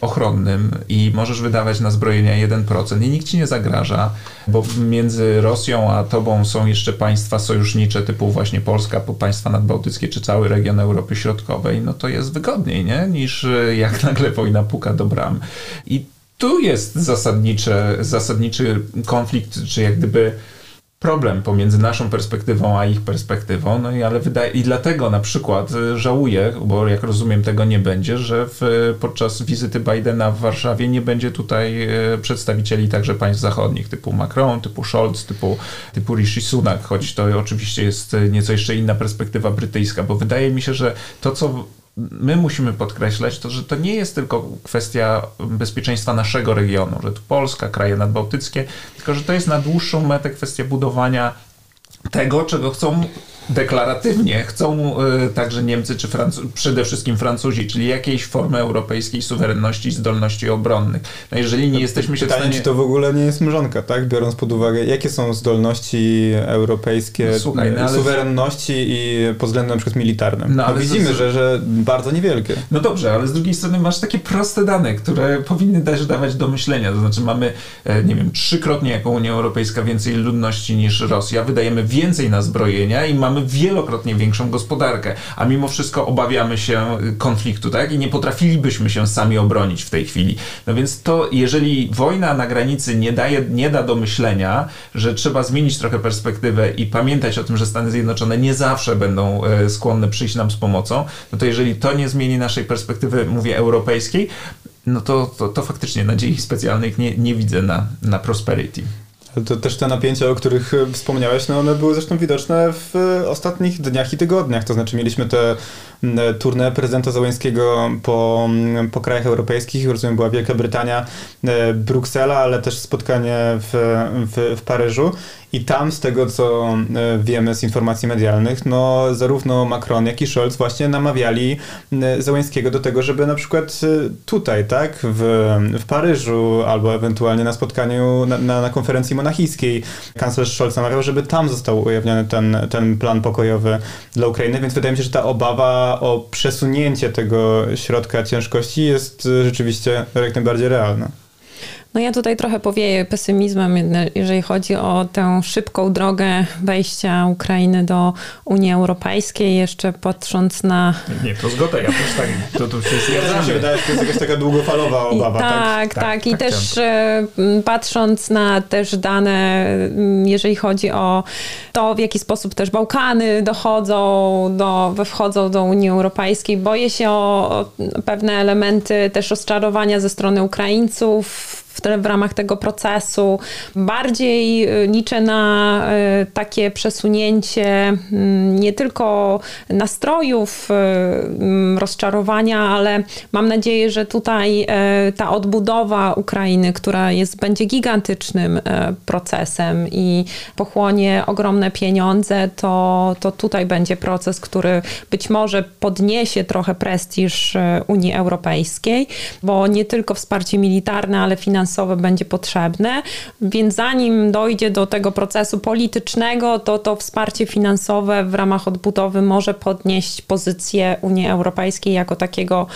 ochronnym i możesz wydawać na zbrojenia jeden procent i nikt ci nie zagraża, bo między Rosją a tobą są jeszcze państwa sojusznicze typu właśnie Polska, państwa nadbałtyckie czy cały region Europy Środkowej, no to jest wygodniej, nie? Niż jak nagle wojna puka do bram. I tu jest zasadniczy, zasadniczy konflikt, czy jak gdyby problem pomiędzy naszą perspektywą a ich perspektywą, no i ale wydaje, i dlatego na przykład żałuję, bo jak rozumiem tego nie będzie, że w, podczas wizyty Bidena w Warszawie nie będzie tutaj przedstawicieli także państw zachodnich, typu Macron, typu Scholz, typu, typu Rishi Sunak, choć to oczywiście jest nieco jeszcze inna perspektywa brytyjska, bo wydaje mi się, że to, co my musimy podkreślać, to, że to nie jest tylko kwestia bezpieczeństwa naszego regionu, że tu Polska, kraje nadbałtyckie, tylko że to jest na dłuższą metę kwestia budowania tego, czego chcą deklaratywnie, chcą y, także Niemcy czy Francu- przede wszystkim Francuzi, czyli jakiejś formy europejskiej suwerenności i zdolności obronnych. No jeżeli nie jesteśmy się Pytanie, w stanie... czy to w ogóle nie jest mrzonka, tak? Biorąc pod uwagę, jakie są zdolności europejskie, no, słuchaj, no, ale... suwerenności i pod względem na przykład militarnym. No, ale no, widzimy, z... że, że bardzo niewielkie. No dobrze, ale z drugiej strony masz takie proste dane, które powinny też dawać do myślenia. To znaczy mamy, nie wiem, trzykrotnie jako Unia Europejska więcej ludności niż Rosja, wydajemy więcej na zbrojenia i mamy Mamy wielokrotnie większą gospodarkę, a mimo wszystko obawiamy się konfliktu, tak? I nie potrafilibyśmy się sami obronić w tej chwili. No więc to, jeżeli wojna na granicy nie daje, nie da do myślenia, że trzeba zmienić trochę perspektywę i pamiętać o tym, że Stany Zjednoczone nie zawsze będą skłonne przyjść nam z pomocą, no to jeżeli to nie zmieni naszej perspektywy, mówię, europejskiej, no to, to, to faktycznie nadziei specjalnych nie, nie widzę na, na prosperity. To też te napięcia, o których wspomniałeś, no one były zresztą widoczne w ostatnich dniach i tygodniach. To znaczy mieliśmy te tournée prezydenta Zełenskiego po, po krajach europejskich. Rozumiem, była Wielka Brytania, Bruksela, ale też spotkanie w, w, w Paryżu. I tam z tego, co wiemy z informacji medialnych, no zarówno Macron, jak i Scholz właśnie namawiali Zełenskiego do tego, żeby na przykład tutaj, tak, w, w Paryżu albo ewentualnie na spotkaniu na, na, na konferencji monachijskiej kanclerz Scholz namawiał, żeby tam został ujawniony ten, ten plan pokojowy dla Ukrainy, więc wydaje mi się, że ta obawa o przesunięcie tego środka ciężkości jest rzeczywiście jak najbardziej realna. No ja tutaj trochę powieję pesymizmem, jeżeli chodzi o tę szybką drogę wejścia Ukrainy do Unii Europejskiej, jeszcze patrząc na... Nie, to zgoda, ja też tak, to, to się zgadzamy. Mi się wydaje, że to jest jakaś taka długofalowa obawa, I, tak? Tak, tak, tak. I tak, też chciałem. patrząc na też dane, jeżeli chodzi o to, w jaki sposób też Bałkany dochodzą, do, wchodzą do Unii Europejskiej, boję się o, o pewne elementy też rozczarowania ze strony Ukraińców, w ramach tego procesu. Bardziej liczę na takie przesunięcie nie tylko nastrojów, rozczarowania, ale mam nadzieję, że tutaj ta odbudowa Ukrainy, która jest, będzie gigantycznym procesem i pochłonie ogromne pieniądze, to, to tutaj będzie proces, który być może podniesie trochę prestiż Unii Europejskiej, bo nie tylko wsparcie militarne, ale finansowe będzie potrzebne, więc zanim dojdzie do tego procesu politycznego, to to wsparcie finansowe w ramach odbudowy może podnieść pozycję Unii Europejskiej jako takiego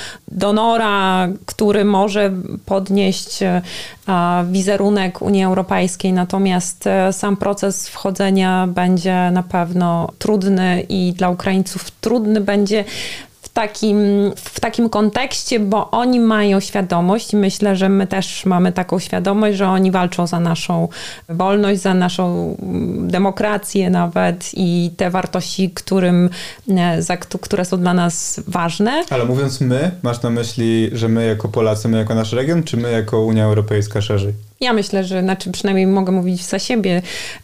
donora, który może podnieść wizerunek Unii Europejskiej, natomiast sam proces wchodzenia będzie na pewno trudny i dla Ukraińców trudny będzie w takim, w takim kontekście, bo oni mają świadomość i myślę, że my też mamy taką świadomość, że oni walczą za naszą wolność, za naszą demokrację nawet i te wartości, którym, za, które są dla nas ważne. Ale mówiąc my, masz na myśli, że my jako Polacy, my jako nasz region, czy my jako Unia Europejska szerzej? Ja myślę, że, znaczy przynajmniej mogę mówić za siebie,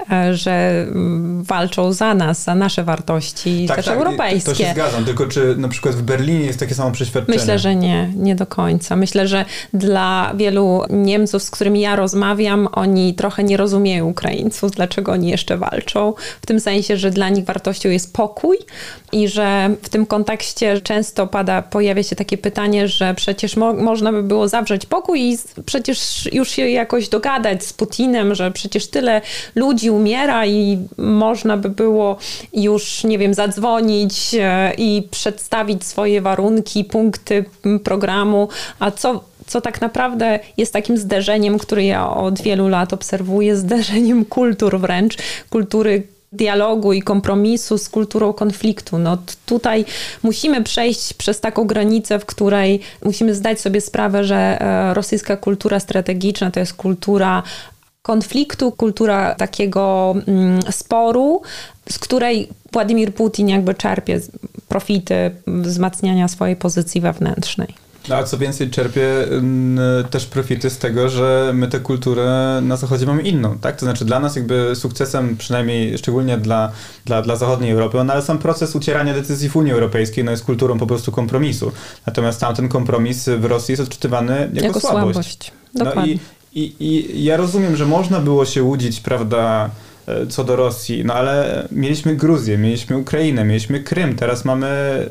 że walczą za nas, za nasze wartości, tak, też tak, europejskie. To się zgadzam, tylko czy na przykład w Berlinie jest takie samo przeświadczenie? Myślę, że nie, nie do końca. Myślę, że dla wielu Niemców, z którymi ja rozmawiam, oni trochę nie rozumieją Ukraińców, dlaczego oni jeszcze walczą. W tym sensie, że dla nich wartością jest pokój i że w tym kontekście często pada, pojawia się takie pytanie, że przecież mo- można by było zawrzeć pokój i przecież już się jakoś dogadać z Putinem, że przecież tyle ludzi umiera i można by było już, nie wiem, zadzwonić i przedstawić swoje warunki, punkty programu, a co co tak naprawdę jest takim zderzeniem, które ja od wielu lat obserwuję, zderzeniem kultur wręcz, kultury dialogu i kompromisu z kulturą konfliktu. No tutaj musimy przejść przez taką granicę, w której musimy zdać sobie sprawę, że rosyjska kultura strategiczna to jest kultura konfliktu, kultura takiego mm, sporu, z której Władimir Putin jakby czerpie profity wzmacniania swojej pozycji wewnętrznej. No, a co więcej, czerpie m, też profity z tego, że my tę kulturę na Zachodzie mamy inną, tak? To znaczy dla nas jakby sukcesem, przynajmniej szczególnie dla, dla, dla zachodniej Europy, no, ale sam proces ucierania decyzji w Unii Europejskiej no, jest kulturą po prostu kompromisu. Natomiast tamten kompromis w Rosji jest odczytywany jako, jako słabość. słabość. Dokładnie. No i, i, i ja rozumiem, że można było się łudzić, prawda, co do Rosji, no ale mieliśmy Gruzję, mieliśmy Ukrainę, mieliśmy Krym, teraz mamy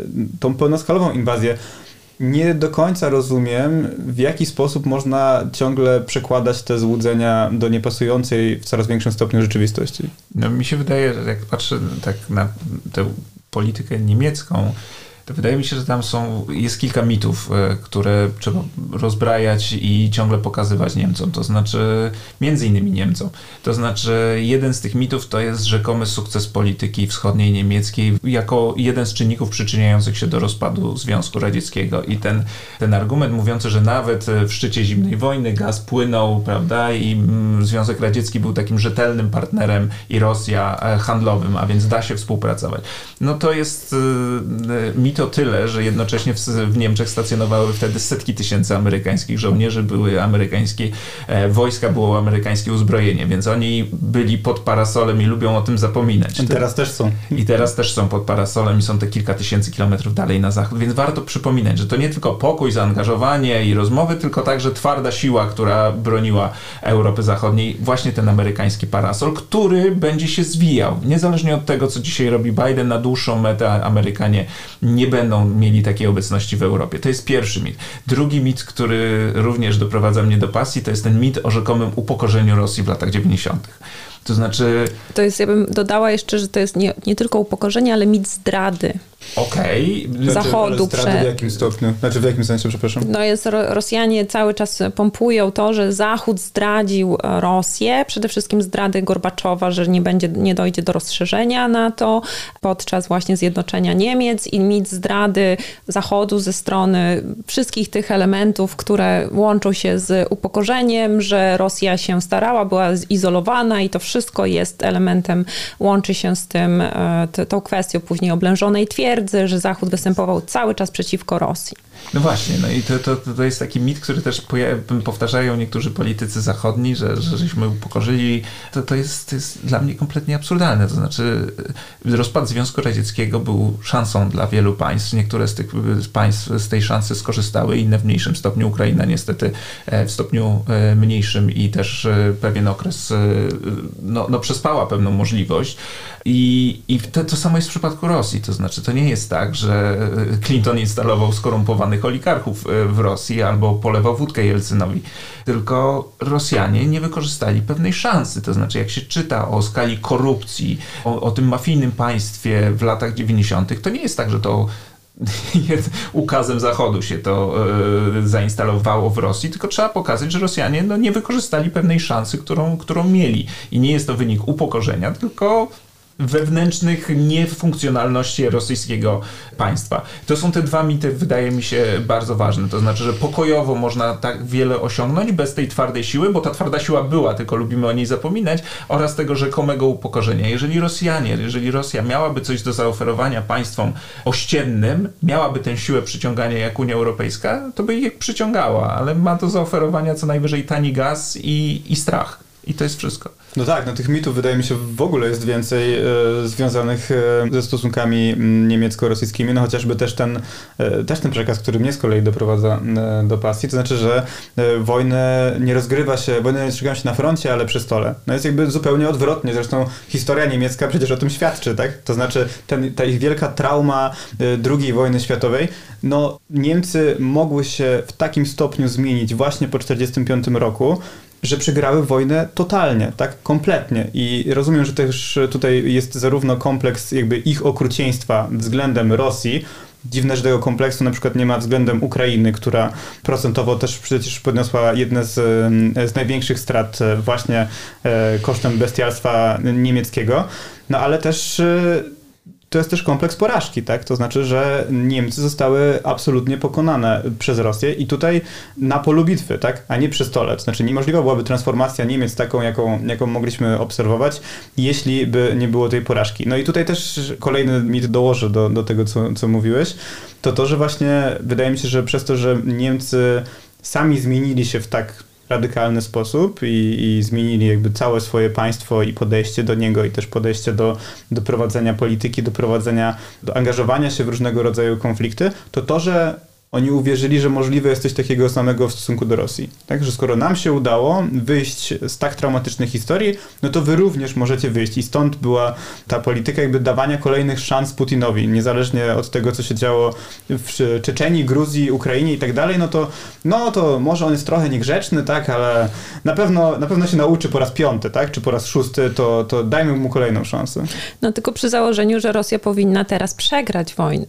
tą pełnoskalową inwazję. Nie do końca rozumiem, w jaki sposób można ciągle przekładać te złudzenia do niepasującej w coraz większym stopniu rzeczywistości. No, mi się wydaje, że jak patrzę tak na tę politykę niemiecką, to wydaje mi się, że tam są, jest kilka mitów, które trzeba rozbrajać i ciągle pokazywać Niemcom, to znaczy między innymi Niemcom. To znaczy jeden z tych mitów to jest rzekomy sukces polityki wschodniej niemieckiej jako jeden z czynników przyczyniających się do rozpadu Związku Radzieckiego i ten, ten argument mówiący, że nawet w szczycie zimnej wojny gaz płynął, prawda, i Związek Radziecki był takim rzetelnym partnerem i Rosja handlowym, a więc da się współpracować. No to jest mit to tyle, że jednocześnie w, w Niemczech stacjonowały wtedy setki tysięcy amerykańskich żołnierzy, były amerykańskie e, wojska, było amerykańskie uzbrojenie, więc oni byli pod parasolem i lubią o tym zapominać. I teraz też są. I teraz też są pod parasolem i są te kilka tysięcy kilometrów dalej na zachód, więc warto przypominać, że to nie tylko pokój, zaangażowanie i rozmowy, tylko także twarda siła, która broniła Europy Zachodniej, właśnie ten amerykański parasol, który będzie się zwijał. Niezależnie od tego, co dzisiaj robi Biden, na dłuższą metę Amerykanie nie będą mieli takiej obecności w Europie. To jest pierwszy mit. Drugi mit, który również doprowadza mnie do pasji, to jest ten mit o rzekomym upokorzeniu Rosji w latach dziewięćdziesiątych. To znaczy... To jest, ja bym dodała jeszcze, że to jest nie, nie tylko upokorzenie, ale mit zdrady. Okej. Okay. Zachodu. Znaczy, zdrady w jakim stopniu? Znaczy w jakim sensie, przepraszam? No jest, Rosjanie cały czas pompują to, że Zachód zdradził Rosję, przede wszystkim zdrady Gorbaczowa, że nie będzie, nie dojdzie do rozszerzenia NATO podczas właśnie zjednoczenia Niemiec i mit zdrady Zachodu ze strony wszystkich tych elementów, które łączą się z upokorzeniem, że Rosja się starała, była izolowana i to wszystko jest elementem, łączy się z tym, t- tą kwestią później oblężonej twierdzy, że Zachód występował cały czas przeciwko Rosji. No właśnie, no i to, to, to jest taki mit, który też powtarzają niektórzy politycy zachodni, że, że żeśmy upokorzyli. To, to, jest, to jest dla mnie kompletnie absurdalne. To znaczy rozpad Związku Radzieckiego był szansą dla wielu państw. Niektóre z tych państw z tej szansy skorzystały, inne w mniejszym stopniu. Ukraina niestety w stopniu mniejszym i też pewien okres no, no przespała pewną możliwość. I, i to, to samo jest w przypadku Rosji. To znaczy to nie jest tak, że Clinton instalował skorumpowanych oligarchów w Rosji albo polewał wódkę Jelcynowi. Tylko Rosjanie nie wykorzystali pewnej szansy. To znaczy jak się czyta o skali korupcji, o, o tym mafijnym państwie w latach dziewięćdziesiątych, to nie jest tak, że to ukazem Zachodu się to e, zainstalowało w Rosji, tylko trzeba pokazać, że Rosjanie no, nie wykorzystali pewnej szansy, którą, którą mieli. I nie jest to wynik upokorzenia, tylko wewnętrznych niefunkcjonalności rosyjskiego państwa. To są te dwa mity, wydaje mi się, bardzo ważne. To znaczy, że pokojowo można tak wiele osiągnąć bez tej twardej siły, bo ta twarda siła była, tylko lubimy o niej zapominać, oraz tego rzekomego upokorzenia. Jeżeli Rosjanie, jeżeli Rosja miałaby coś do zaoferowania państwom ościennym, miałaby tę siłę przyciągania jak Unia Europejska, to by je przyciągała, ale ma do zaoferowania co najwyżej tani gaz i, i strach. I to jest wszystko. No tak, no tych mitów wydaje mi się w ogóle jest więcej e, związanych e, ze stosunkami niemiecko-rosyjskimi, no chociażby też ten, e, też ten przekaz, który mnie z kolei doprowadza e, do pasji, to znaczy, że e, wojnę nie rozgrywa się, wojny nie rozgrywa się na froncie, ale przy stole. No jest jakby zupełnie odwrotnie, zresztą historia niemiecka przecież o tym świadczy, tak? To znaczy ten, ta ich wielka trauma e, drugiej wojny światowej, no Niemcy mogły się w takim stopniu zmienić właśnie po czterdziestym piątym roku, że przegrały wojnę totalnie, tak, kompletnie. I rozumiem, że też tutaj jest zarówno kompleks jakby ich okrucieństwa względem Rosji, dziwne, że tego kompleksu na przykład nie ma względem Ukrainy, która procentowo też przecież podniosła jedne z, z największych strat właśnie kosztem bestialstwa niemieckiego. No ale też to jest też kompleks porażki, tak? To znaczy, że Niemcy zostały absolutnie pokonane przez Rosję i tutaj na polu bitwy, tak? A nie przy stole. To znaczy niemożliwa byłaby transformacja Niemiec taką, jaką, jaką mogliśmy obserwować, jeśli by nie było tej porażki. No i tutaj też kolejny mit dołożę do, do tego, co, co mówiłeś, to to, że właśnie wydaje mi się, że przez to, że Niemcy sami zmienili się w tak radykalny sposób i, i zmienili jakby całe swoje państwo i podejście do niego i też podejście do, do prowadzenia polityki, do prowadzenia, do angażowania się w różnego rodzaju konflikty, to to, że oni uwierzyli, że możliwe jest coś takiego samego w stosunku do Rosji. Tak, że skoro nam się udało wyjść z tak traumatycznej historii, no to wy również możecie wyjść. I stąd była ta polityka jakby dawania kolejnych szans Putinowi, niezależnie od tego, co się działo w Czeczenii, Gruzji, Ukrainie i tak dalej, no to, no to może on jest trochę niegrzeczny, tak, ale na pewno, na pewno się nauczy po raz piąty, tak, czy po raz szósty, to, to dajmy mu kolejną szansę. No tylko przy założeniu, że Rosja powinna teraz przegrać wojnę.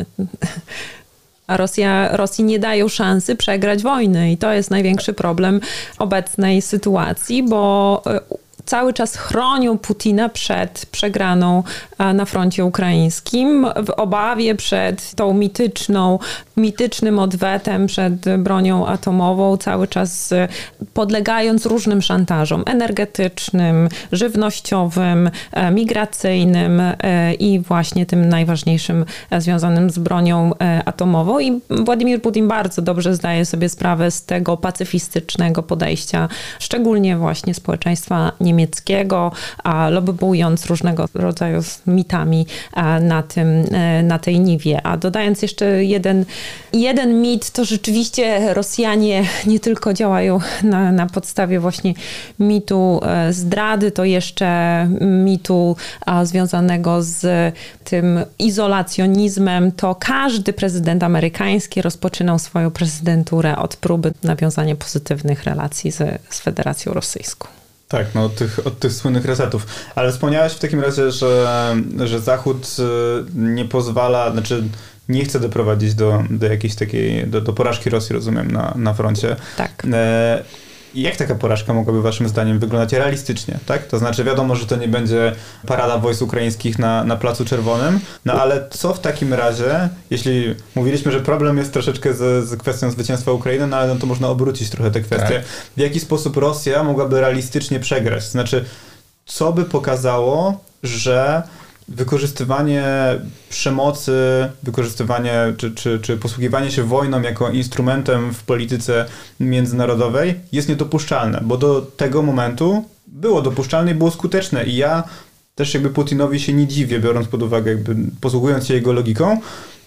A Rosja, Rosji nie dają szansy przegrać wojny i to jest największy problem obecnej sytuacji, bo cały czas chronią Putina przed przegraną na froncie ukraińskim, w obawie przed tą mityczną, mitycznym odwetem, przed bronią atomową, cały czas podlegając różnym szantażom energetycznym, żywnościowym, migracyjnym i właśnie tym najważniejszym związanym z bronią atomową. I Władimir Putin bardzo dobrze zdaje sobie sprawę z tego pacyfistycznego podejścia, szczególnie właśnie społeczeństwa niemieckiego, a lobbując różnego rodzaju mitami na, tym, na tej niwie. A dodając jeszcze jeden, jeden mit, to rzeczywiście Rosjanie nie tylko działają na, na podstawie właśnie mitu zdrady, to jeszcze mitu związanego z tym izolacjonizmem. To każdy prezydent amerykański rozpoczynał swoją prezydenturę od próby nawiązania pozytywnych relacji z, z Federacją Rosyjską. Tak, no od tych, od tych słynnych resetów. Ale wspomniałeś w takim razie, że, że Zachód nie pozwala, znaczy nie chce doprowadzić do, do jakiejś takiej, do, do porażki Rosji, rozumiem, na, na froncie. Tak. E, jak taka porażka mogłaby waszym zdaniem wyglądać realistycznie, tak? To znaczy wiadomo, że to nie będzie parada wojsk ukraińskich na, na Placu Czerwonym, no ale co w takim razie, jeśli mówiliśmy, że problem jest troszeczkę z, z kwestią zwycięstwa Ukrainy, no ale no to można obrócić trochę te kwestie. Tak. W jaki sposób Rosja mogłaby realistycznie przegrać? To znaczy, co by pokazało, że wykorzystywanie przemocy, wykorzystywanie czy, czy, czy posługiwanie się wojną jako instrumentem w polityce międzynarodowej jest niedopuszczalne, bo do tego momentu było dopuszczalne i było skuteczne i ja też jakby Putinowi się nie dziwię, biorąc pod uwagę, jakby posługując się jego logiką,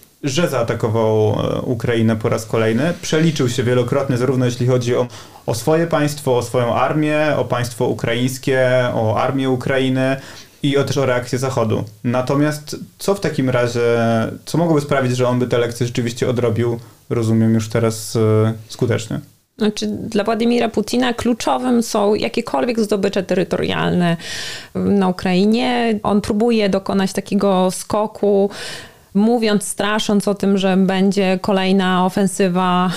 że zaatakował Ukrainę po raz kolejny. Przeliczył się wielokrotnie, zarówno jeśli chodzi o, o swoje państwo, o swoją armię, o państwo ukraińskie, o armię Ukrainy, i o, też o reakcję Zachodu. Natomiast co w takim razie, co mogłoby sprawić, że on by te lekcje rzeczywiście odrobił, rozumiem, już teraz y, skutecznie? Znaczy, dla Władimira Putina kluczowym są jakiekolwiek zdobycze terytorialne na Ukrainie. On próbuje dokonać takiego skoku, mówiąc, strasząc o tym, że będzie kolejna ofensywa,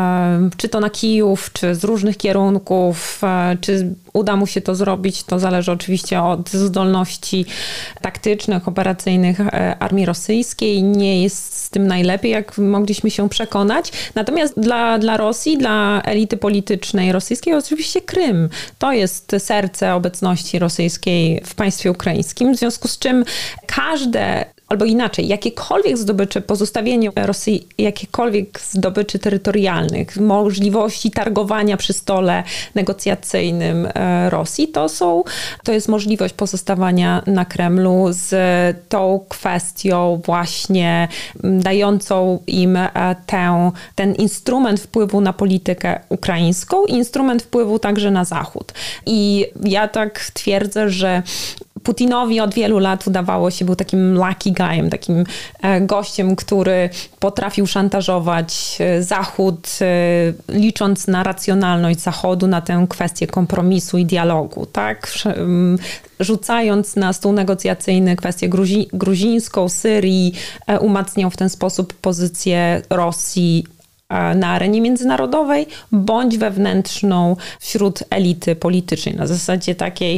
czy to na Kijów, czy z różnych kierunków, czy uda mu się to zrobić, to zależy oczywiście od zdolności taktycznych, operacyjnych armii rosyjskiej. Nie jest z tym najlepiej, jak mogliśmy się przekonać. Natomiast dla, dla Rosji, dla elity politycznej rosyjskiej oczywiście Krym. To jest serce obecności rosyjskiej w państwie ukraińskim, w związku z czym każde albo inaczej, jakiekolwiek zdobycze, pozostawienie Rosji jakiekolwiek zdobyczy terytorialnych, możliwości targowania przy stole negocjacyjnym Rosji, to są, to jest możliwość pozostawania na Kremlu z tą kwestią właśnie dającą im tę, ten instrument wpływu na politykę ukraińską i instrument wpływu także na Zachód. I ja tak twierdzę, że Putinowi od wielu lat udawało się, był takim lucky guyem, takim gościem, który potrafił szantażować Zachód, licząc na racjonalność Zachodu, na tę kwestię kompromisu i dialogu, tak? Rzucając na stół negocjacyjny kwestię gruzi- gruzińską, Syrii, umacniał w ten sposób pozycję Rosji na arenie międzynarodowej, bądź wewnętrzną wśród elity politycznej. Na zasadzie takiej,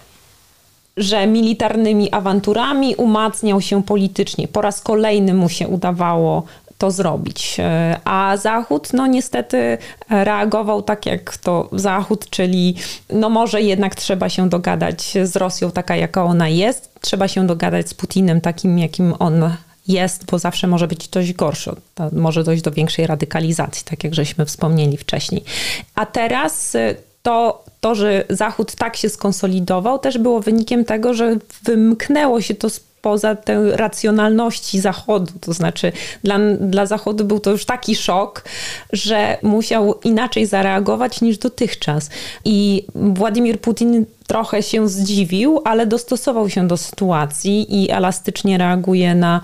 że militarnymi awanturami umacniał się politycznie. Po raz kolejny mu się udawało to zrobić. A Zachód, no niestety reagował tak jak to Zachód, czyli no może jednak trzeba się dogadać z Rosją taka, jaka ona jest. Trzeba się dogadać z Putinem takim, jakim on jest, bo zawsze może być dość gorszy. Może dojść do większej radykalizacji, tak jak żeśmy wspomnieli wcześniej. A teraz to, to, że Zachód tak się skonsolidował, też było wynikiem tego, że wymknęło się to spoza tej racjonalności Zachodu. To znaczy dla, dla Zachodu był to już taki szok, że musiał inaczej zareagować niż dotychczas. I Władimir Putin trochę się zdziwił, ale dostosował się do sytuacji i elastycznie reaguje na,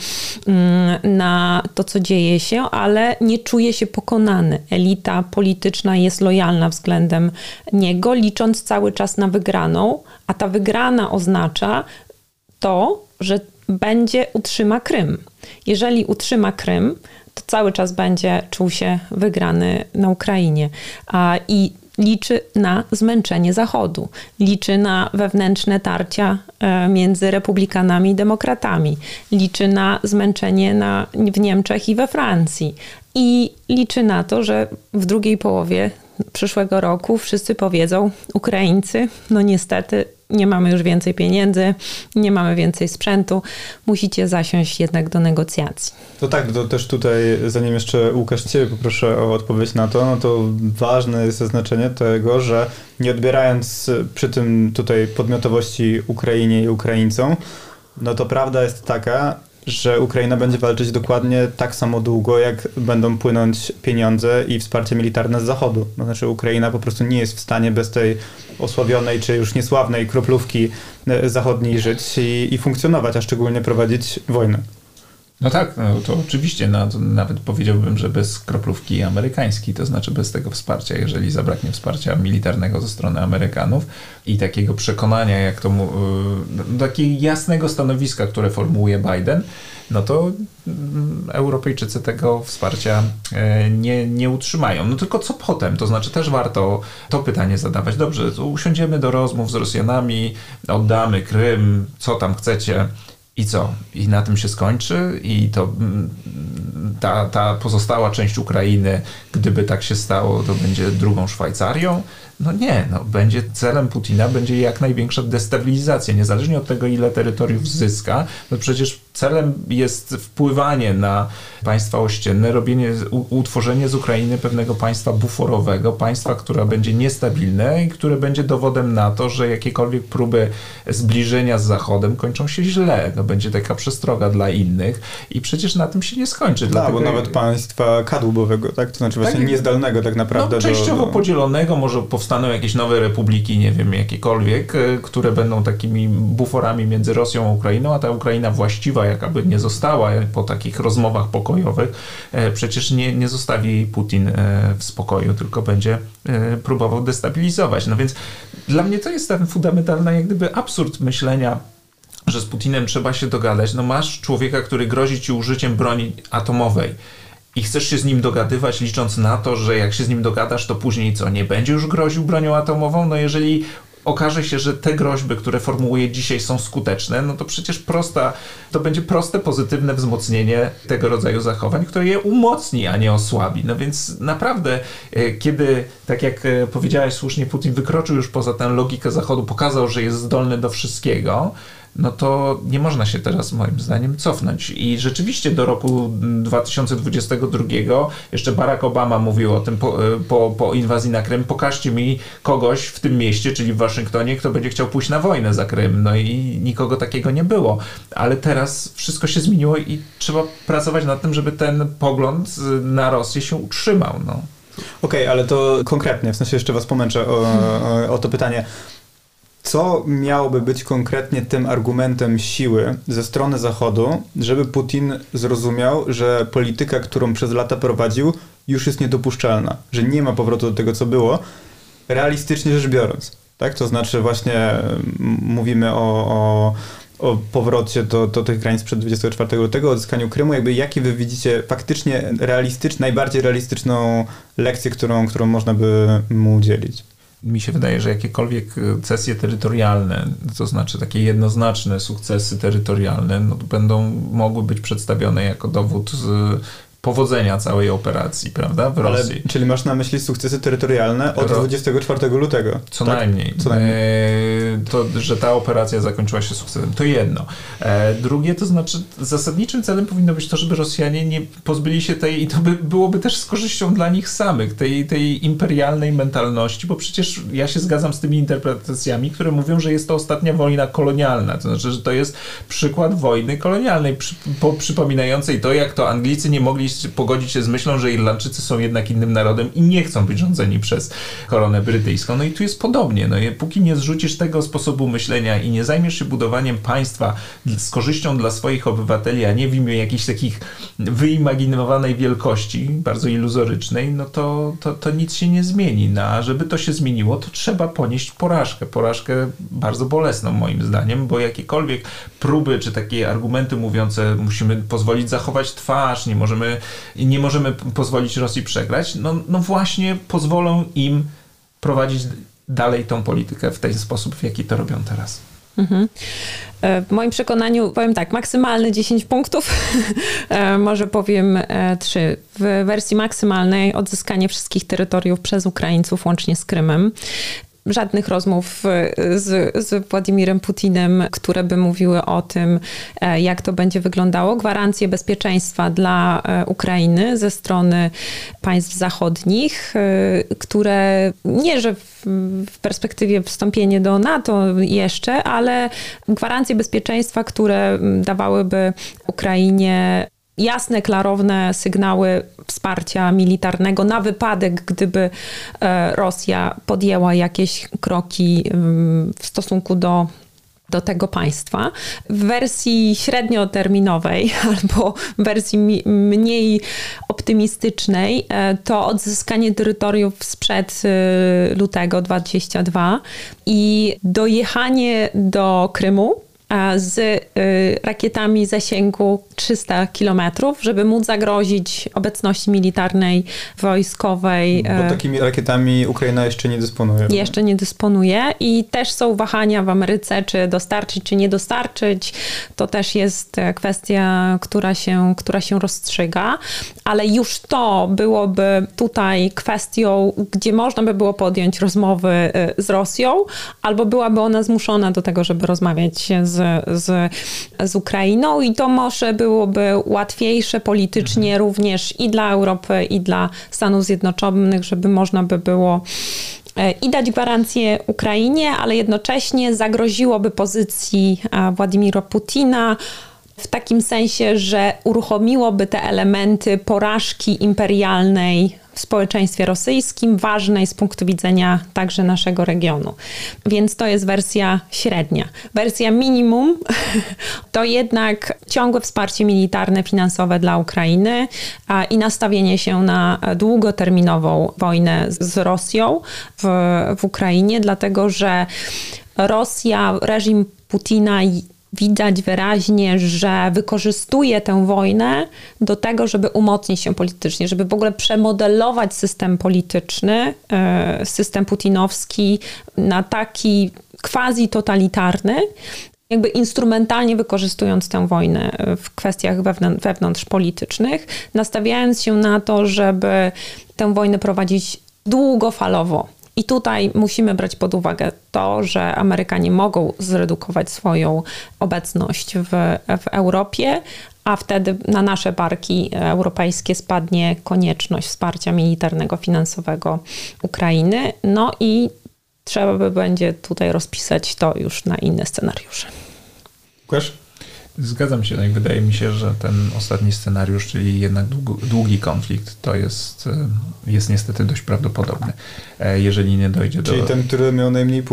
na to, co dzieje się, ale nie czuje się pokonany. Elita polityczna jest lojalna względem niego, licząc cały czas na wygraną, a ta wygrana oznacza to, że będzie utrzyma Krym. Jeżeli utrzyma Krym, to cały czas będzie czuł się wygrany na Ukrainie. A, I liczy na zmęczenie Zachodu. Liczy na wewnętrzne tarcia między republikanami i demokratami. Liczy na zmęczenie na, w Niemczech i we Francji. I liczy na to, że w drugiej połowie przyszłego roku wszyscy powiedzą, Ukraińcy, no niestety nie mamy już więcej pieniędzy, nie mamy więcej sprzętu, musicie zasiąść jednak do negocjacji. To tak, to też tutaj, zanim jeszcze Łukasz Ciebie poproszę o odpowiedź na to, no to ważne jest zaznaczenie tego, że nie odbierając przy tym tutaj podmiotowości Ukrainie i Ukraińcom, no to prawda jest taka, że Ukraina będzie walczyć dokładnie tak samo długo, jak będą płynąć pieniądze i wsparcie militarne z Zachodu. To znaczy Ukraina po prostu nie jest w stanie bez tej osławionej, czy już niesławnej kroplówki zachodniej żyć i, i funkcjonować, a szczególnie prowadzić wojnę. No tak, no to oczywiście, no, to nawet powiedziałbym, że bez kroplówki amerykańskiej, to znaczy bez tego wsparcia, jeżeli zabraknie wsparcia militarnego ze strony Amerykanów i takiego przekonania, jak to mu, no, takiego jasnego stanowiska, które formułuje Biden, no to Europejczycy tego wsparcia nie, nie utrzymają. No tylko co potem? To znaczy też warto to pytanie zadawać. Dobrze, usiądziemy do rozmów z Rosjanami, oddamy Krym, co tam chcecie. I co? I na tym się skończy? I to ta, ta pozostała część Ukrainy, gdyby tak się stało, to będzie drugą Szwajcarią? No nie, no będzie celem Putina będzie jak największa destabilizacja, niezależnie od tego, ile terytoriów zyska, no przecież celem jest wpływanie na państwa ościenne, robienie, utworzenie z Ukrainy pewnego państwa buforowego, państwa, które będzie niestabilne i które będzie dowodem na to, że jakiekolwiek próby zbliżenia z Zachodem kończą się źle. No będzie taka przestroga dla innych i przecież na tym się nie skończy. Tak, dlatego... bo nawet państwa kadłubowego, tak? To znaczy właśnie tak, niezdolnego tak naprawdę. No, częściowo do, do... podzielonego, może powstaną jakieś nowe republiki, nie wiem, jakiekolwiek, które będą takimi buforami między Rosją a Ukrainą, a ta Ukraina właściwa, jaka by nie została po takich rozmowach pokojowych, przecież nie, nie zostawi jej Putin w spokoju, tylko będzie próbował destabilizować. No więc dla mnie to jest ten fundamentalny jak gdyby absurd myślenia, że z Putinem trzeba się dogadać. No masz człowieka, który grozi ci użyciem broni atomowej i chcesz się z nim dogadywać, licząc na to, że jak się z nim dogadasz, to później co, nie będzie już groził bronią atomową? No jeżeli okaże się, że te groźby, które formułuje dzisiaj, są skuteczne, no to przecież prosta, to będzie proste, pozytywne wzmocnienie tego rodzaju zachowań, które je umocni, a nie osłabi. No więc naprawdę, kiedy, tak jak powiedziałeś słusznie, Putin wykroczył już poza tę logikę Zachodu, pokazał, że jest zdolny do wszystkiego, no to nie można się teraz moim zdaniem cofnąć. I rzeczywiście do roku dwa tysiące dwudziestego drugiego jeszcze Barack Obama mówił o tym po, po, po inwazji na Krym, pokażcie mi kogoś w tym mieście, czyli w Waszyngtonie, kto będzie chciał pójść na wojnę za Krym. No i nikogo takiego nie było. Ale teraz wszystko się zmieniło i trzeba pracować nad tym, żeby ten pogląd na Rosję się utrzymał. No. Okej, okay, ale to konkretnie, w sensie jeszcze was pomęczę o, o, o to pytanie. Co miałoby być konkretnie tym argumentem siły ze strony Zachodu, żeby Putin zrozumiał, że polityka, którą przez lata prowadził, już jest niedopuszczalna, że nie ma powrotu do tego, co było, realistycznie rzecz biorąc. Tak? To znaczy właśnie mówimy o, o, o powrocie do, do tych granic przed dwudziestego czwartego lutego, o odzyskaniu Krymu. Jakby jakie wy widzicie faktycznie realistyczną, najbardziej realistyczną lekcję, którą, którą można by mu udzielić? Mi się wydaje, że jakiekolwiek cesje terytorialne, to znaczy takie jednoznaczne sukcesy terytorialne, no, będą mogły być przedstawione jako dowód z powodzenia całej operacji, prawda, w Rosji. Ale, czyli masz na myśli sukcesy terytorialne od dwudziestego czwartego lutego? Co tak? najmniej. Co najmniej. E, to, że ta operacja zakończyła się sukcesem. To jedno. E, drugie, to znaczy zasadniczym celem powinno być to, żeby Rosjanie nie pozbyli się tej, i to by, byłoby też z korzyścią dla nich samych, tej, tej imperialnej mentalności, bo przecież ja się zgadzam z tymi interpretacjami, które mówią, że jest to ostatnia wojna kolonialna. To znaczy, że to jest przykład wojny kolonialnej, przy, po, przypominającej to, jak to Anglicy nie mogli pogodzić się z myślą, że Irlandczycy są jednak innym narodem i nie chcą być rządzeni przez koronę brytyjską. No i tu jest podobnie. No i póki nie zrzucisz tego sposobu myślenia i nie zajmiesz się budowaniem państwa z korzyścią dla swoich obywateli, a nie w imię jakichś takich wyimaginowanej wielkości, bardzo iluzorycznej, no to, to, to nic się nie zmieni. No, a żeby to się zmieniło, to trzeba ponieść porażkę. Porażkę bardzo bolesną moim zdaniem, bo jakiekolwiek próby, czy takie argumenty mówiące, musimy pozwolić zachować twarz, nie możemy i nie możemy pozwolić Rosji przegrać, no, no właśnie pozwolą im prowadzić dalej tą politykę w ten sposób, w jaki to robią teraz. Mhm. W moim przekonaniu powiem tak, maksymalne dziesięć punktów, może powiem trzy. W wersji maksymalnej odzyskanie wszystkich terytoriów przez Ukraińców, łącznie z Krymem. Żadnych rozmów z, z Władimirem Putinem, które by mówiły o tym, jak to będzie wyglądało. Gwarancje bezpieczeństwa dla Ukrainy ze strony państw zachodnich, które nie, że w, w perspektywie wstąpienie do NATO jeszcze, ale gwarancje bezpieczeństwa, które dawałyby Ukrainie jasne, klarowne sygnały wsparcia militarnego na wypadek, gdyby Rosja podjęła jakieś kroki w stosunku do, do tego państwa. W wersji średnioterminowej albo w wersji mniej optymistycznej to odzyskanie terytoriów sprzed lutego dwudziestego drugiego i dojechanie do Krymu z y, rakietami zasięgu trzysta kilometrów, żeby móc zagrozić obecności militarnej, wojskowej. Bo takimi rakietami Ukraina jeszcze nie dysponuje. Jeszcze nie dysponuje i też są wahania w Ameryce, czy dostarczyć, czy nie dostarczyć. To też jest kwestia, która się, która się rozstrzyga, ale już to byłoby tutaj kwestią, gdzie można by było podjąć rozmowy z Rosją, albo byłaby ona zmuszona do tego, żeby rozmawiać z Z, z Ukrainą i to może byłoby łatwiejsze politycznie mhm. również i dla Europy, i dla Stanów Zjednoczonych, żeby można by było i dać gwarancję Ukrainie, ale jednocześnie zagroziłoby pozycji Władimira Putina w takim sensie, że uruchomiłoby te elementy porażki imperialnej w społeczeństwie rosyjskim, ważnej z punktu widzenia także naszego regionu. Więc to jest wersja średnia. Wersja minimum to jednak ciągłe wsparcie militarne, finansowe dla Ukrainy a, i nastawienie się na długoterminową wojnę z Rosją w, w Ukrainie, dlatego że Rosja, reżim Putina widać wyraźnie, że wykorzystuje tę wojnę do tego, żeby umocnić się politycznie, żeby w ogóle przemodelować system polityczny, system putinowski na taki quasi-totalitarny, jakby instrumentalnie wykorzystując tę wojnę w kwestiach wewnątrz, wewnątrzpolitycznych, nastawiając się na to, żeby tę wojnę prowadzić długofalowo. I tutaj musimy brać pod uwagę to, że Amerykanie mogą zredukować swoją obecność w, w Europie, a wtedy na nasze barki europejskie spadnie konieczność wsparcia militarnego, finansowego Ukrainy. No i trzeba by będzie tutaj rozpisać to już na inne scenariusze. Łukasz? Zgadzam się, no i wydaje mi się, że ten ostatni scenariusz, czyli jednak długi, długi konflikt, to jest, jest niestety dość prawdopodobny, jeżeli nie dojdzie czyli do... Czyli ten, który miał najmniej punktów.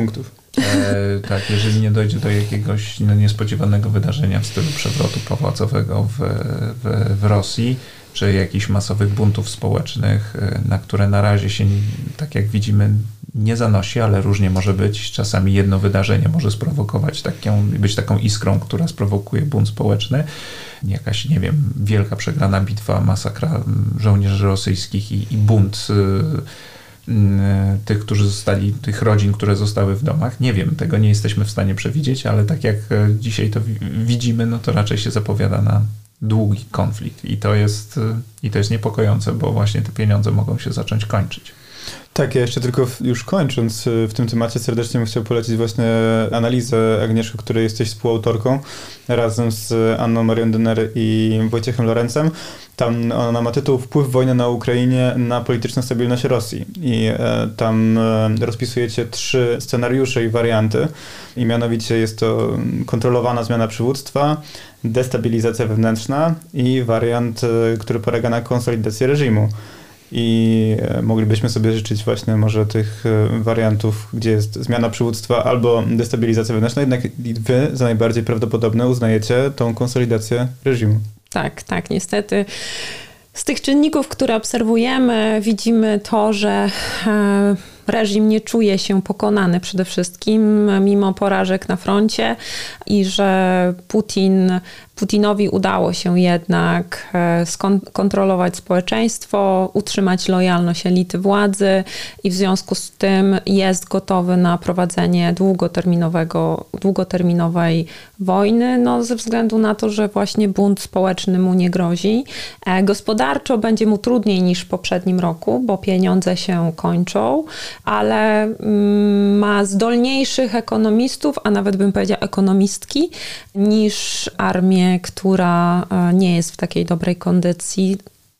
E, tak, jeżeli nie dojdzie do jakiegoś no, niespodziewanego wydarzenia w stylu przewrotu pałacowego w, w, w Rosji, czy jakichś masowych buntów społecznych, na które na razie się, tak jak widzimy, nie zanosi, ale różnie może być. Czasami jedno wydarzenie może sprowokować taką, być taką iskrą, która sprowokuje bunt społeczny. Jakaś, nie wiem, wielka przegrana bitwa, masakra żołnierzy rosyjskich i, i bunt y, y, tych, którzy zostali, tych rodzin, które zostały w domach. Nie wiem, tego nie jesteśmy w stanie przewidzieć, ale tak jak dzisiaj to widzimy, no to raczej się zapowiada na długi konflikt i to jest, i to jest niepokojące, bo właśnie te pieniądze mogą się zacząć kończyć. Tak, ja jeszcze tylko już kończąc w tym temacie serdecznie bym chciał polecić właśnie analizę Agnieszki, której jesteś współautorką razem z Anną Marią Denner i Wojciechem Lorencem. Tam ona ma tytuł Wpływ wojny na Ukrainie na polityczną stabilność Rosji i e, tam e, rozpisujecie trzy scenariusze i warianty i mianowicie jest to kontrolowana zmiana przywództwa, destabilizacja wewnętrzna i wariant, e, który polega na konsolidacji reżimu. I moglibyśmy sobie życzyć właśnie może tych wariantów, gdzie jest zmiana przywództwa albo destabilizacja wewnętrzna, jednak wy za najbardziej prawdopodobne uznajecie tą konsolidację reżimu. Tak, tak, niestety. Z tych czynników, które obserwujemy, widzimy to, że reżim nie czuje się pokonany przede wszystkim, mimo porażek na froncie i że Putin, Putinowi udało się jednak skontrolować społeczeństwo, utrzymać lojalność elity władzy i w związku z tym jest gotowy na prowadzenie długoterminowego, długoterminowej wojny, no ze względu na to, że właśnie bunt społeczny mu nie grozi. Gospodarczo będzie mu trudniej niż w poprzednim roku, bo pieniądze się kończą, ale ma zdolniejszych ekonomistów, a nawet bym powiedziała ekonomistki, niż armię, która nie jest w takiej dobrej kondycji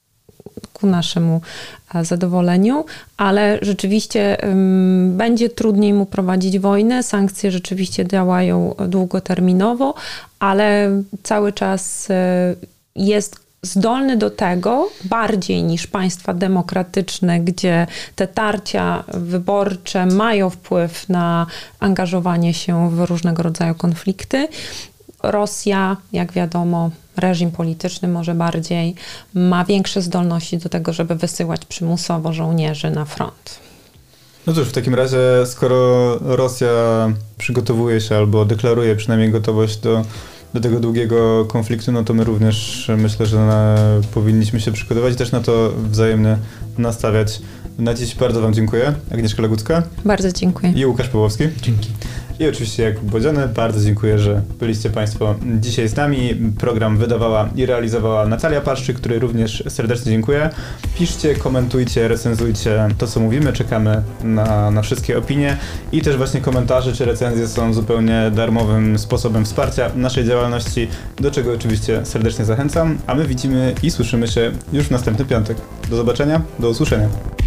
ku naszemu zadowoleniu, ale rzeczywiście um, będzie trudniej mu prowadzić wojnę. Sankcje rzeczywiście działają długoterminowo, ale cały czas y, jest zdolny do tego bardziej niż państwa demokratyczne, gdzie te tarcia wyborcze mają wpływ na angażowanie się w różnego rodzaju konflikty. Rosja, jak wiadomo, reżim polityczny może bardziej, ma większe zdolności do tego, żeby wysyłać przymusowo żołnierzy na front. No cóż, w takim razie, skoro Rosja przygotowuje się albo deklaruje przynajmniej gotowość do do tego długiego konfliktu, no to my również myślę, że na, powinniśmy się przygotować i też na to wzajemnie nastawiać. Na dziś bardzo wam dziękuję. Agnieszka Lagucka. Bardzo dziękuję. I Łukasz Pawłowski. Dzięki. I oczywiście Jakub Bodziany. Bardzo dziękuję, że byliście państwo dzisiaj z nami. Program wydawała i realizowała Natalia Paszczyk, której również serdecznie dziękuję. Piszcie, komentujcie, recenzujcie to, co mówimy. Czekamy na, na wszystkie opinie i też właśnie komentarze czy recenzje są zupełnie darmowym sposobem wsparcia naszej działalności, do czego oczywiście serdecznie zachęcam. A my widzimy i słyszymy się już w następny piątek. Do zobaczenia, do usłyszenia.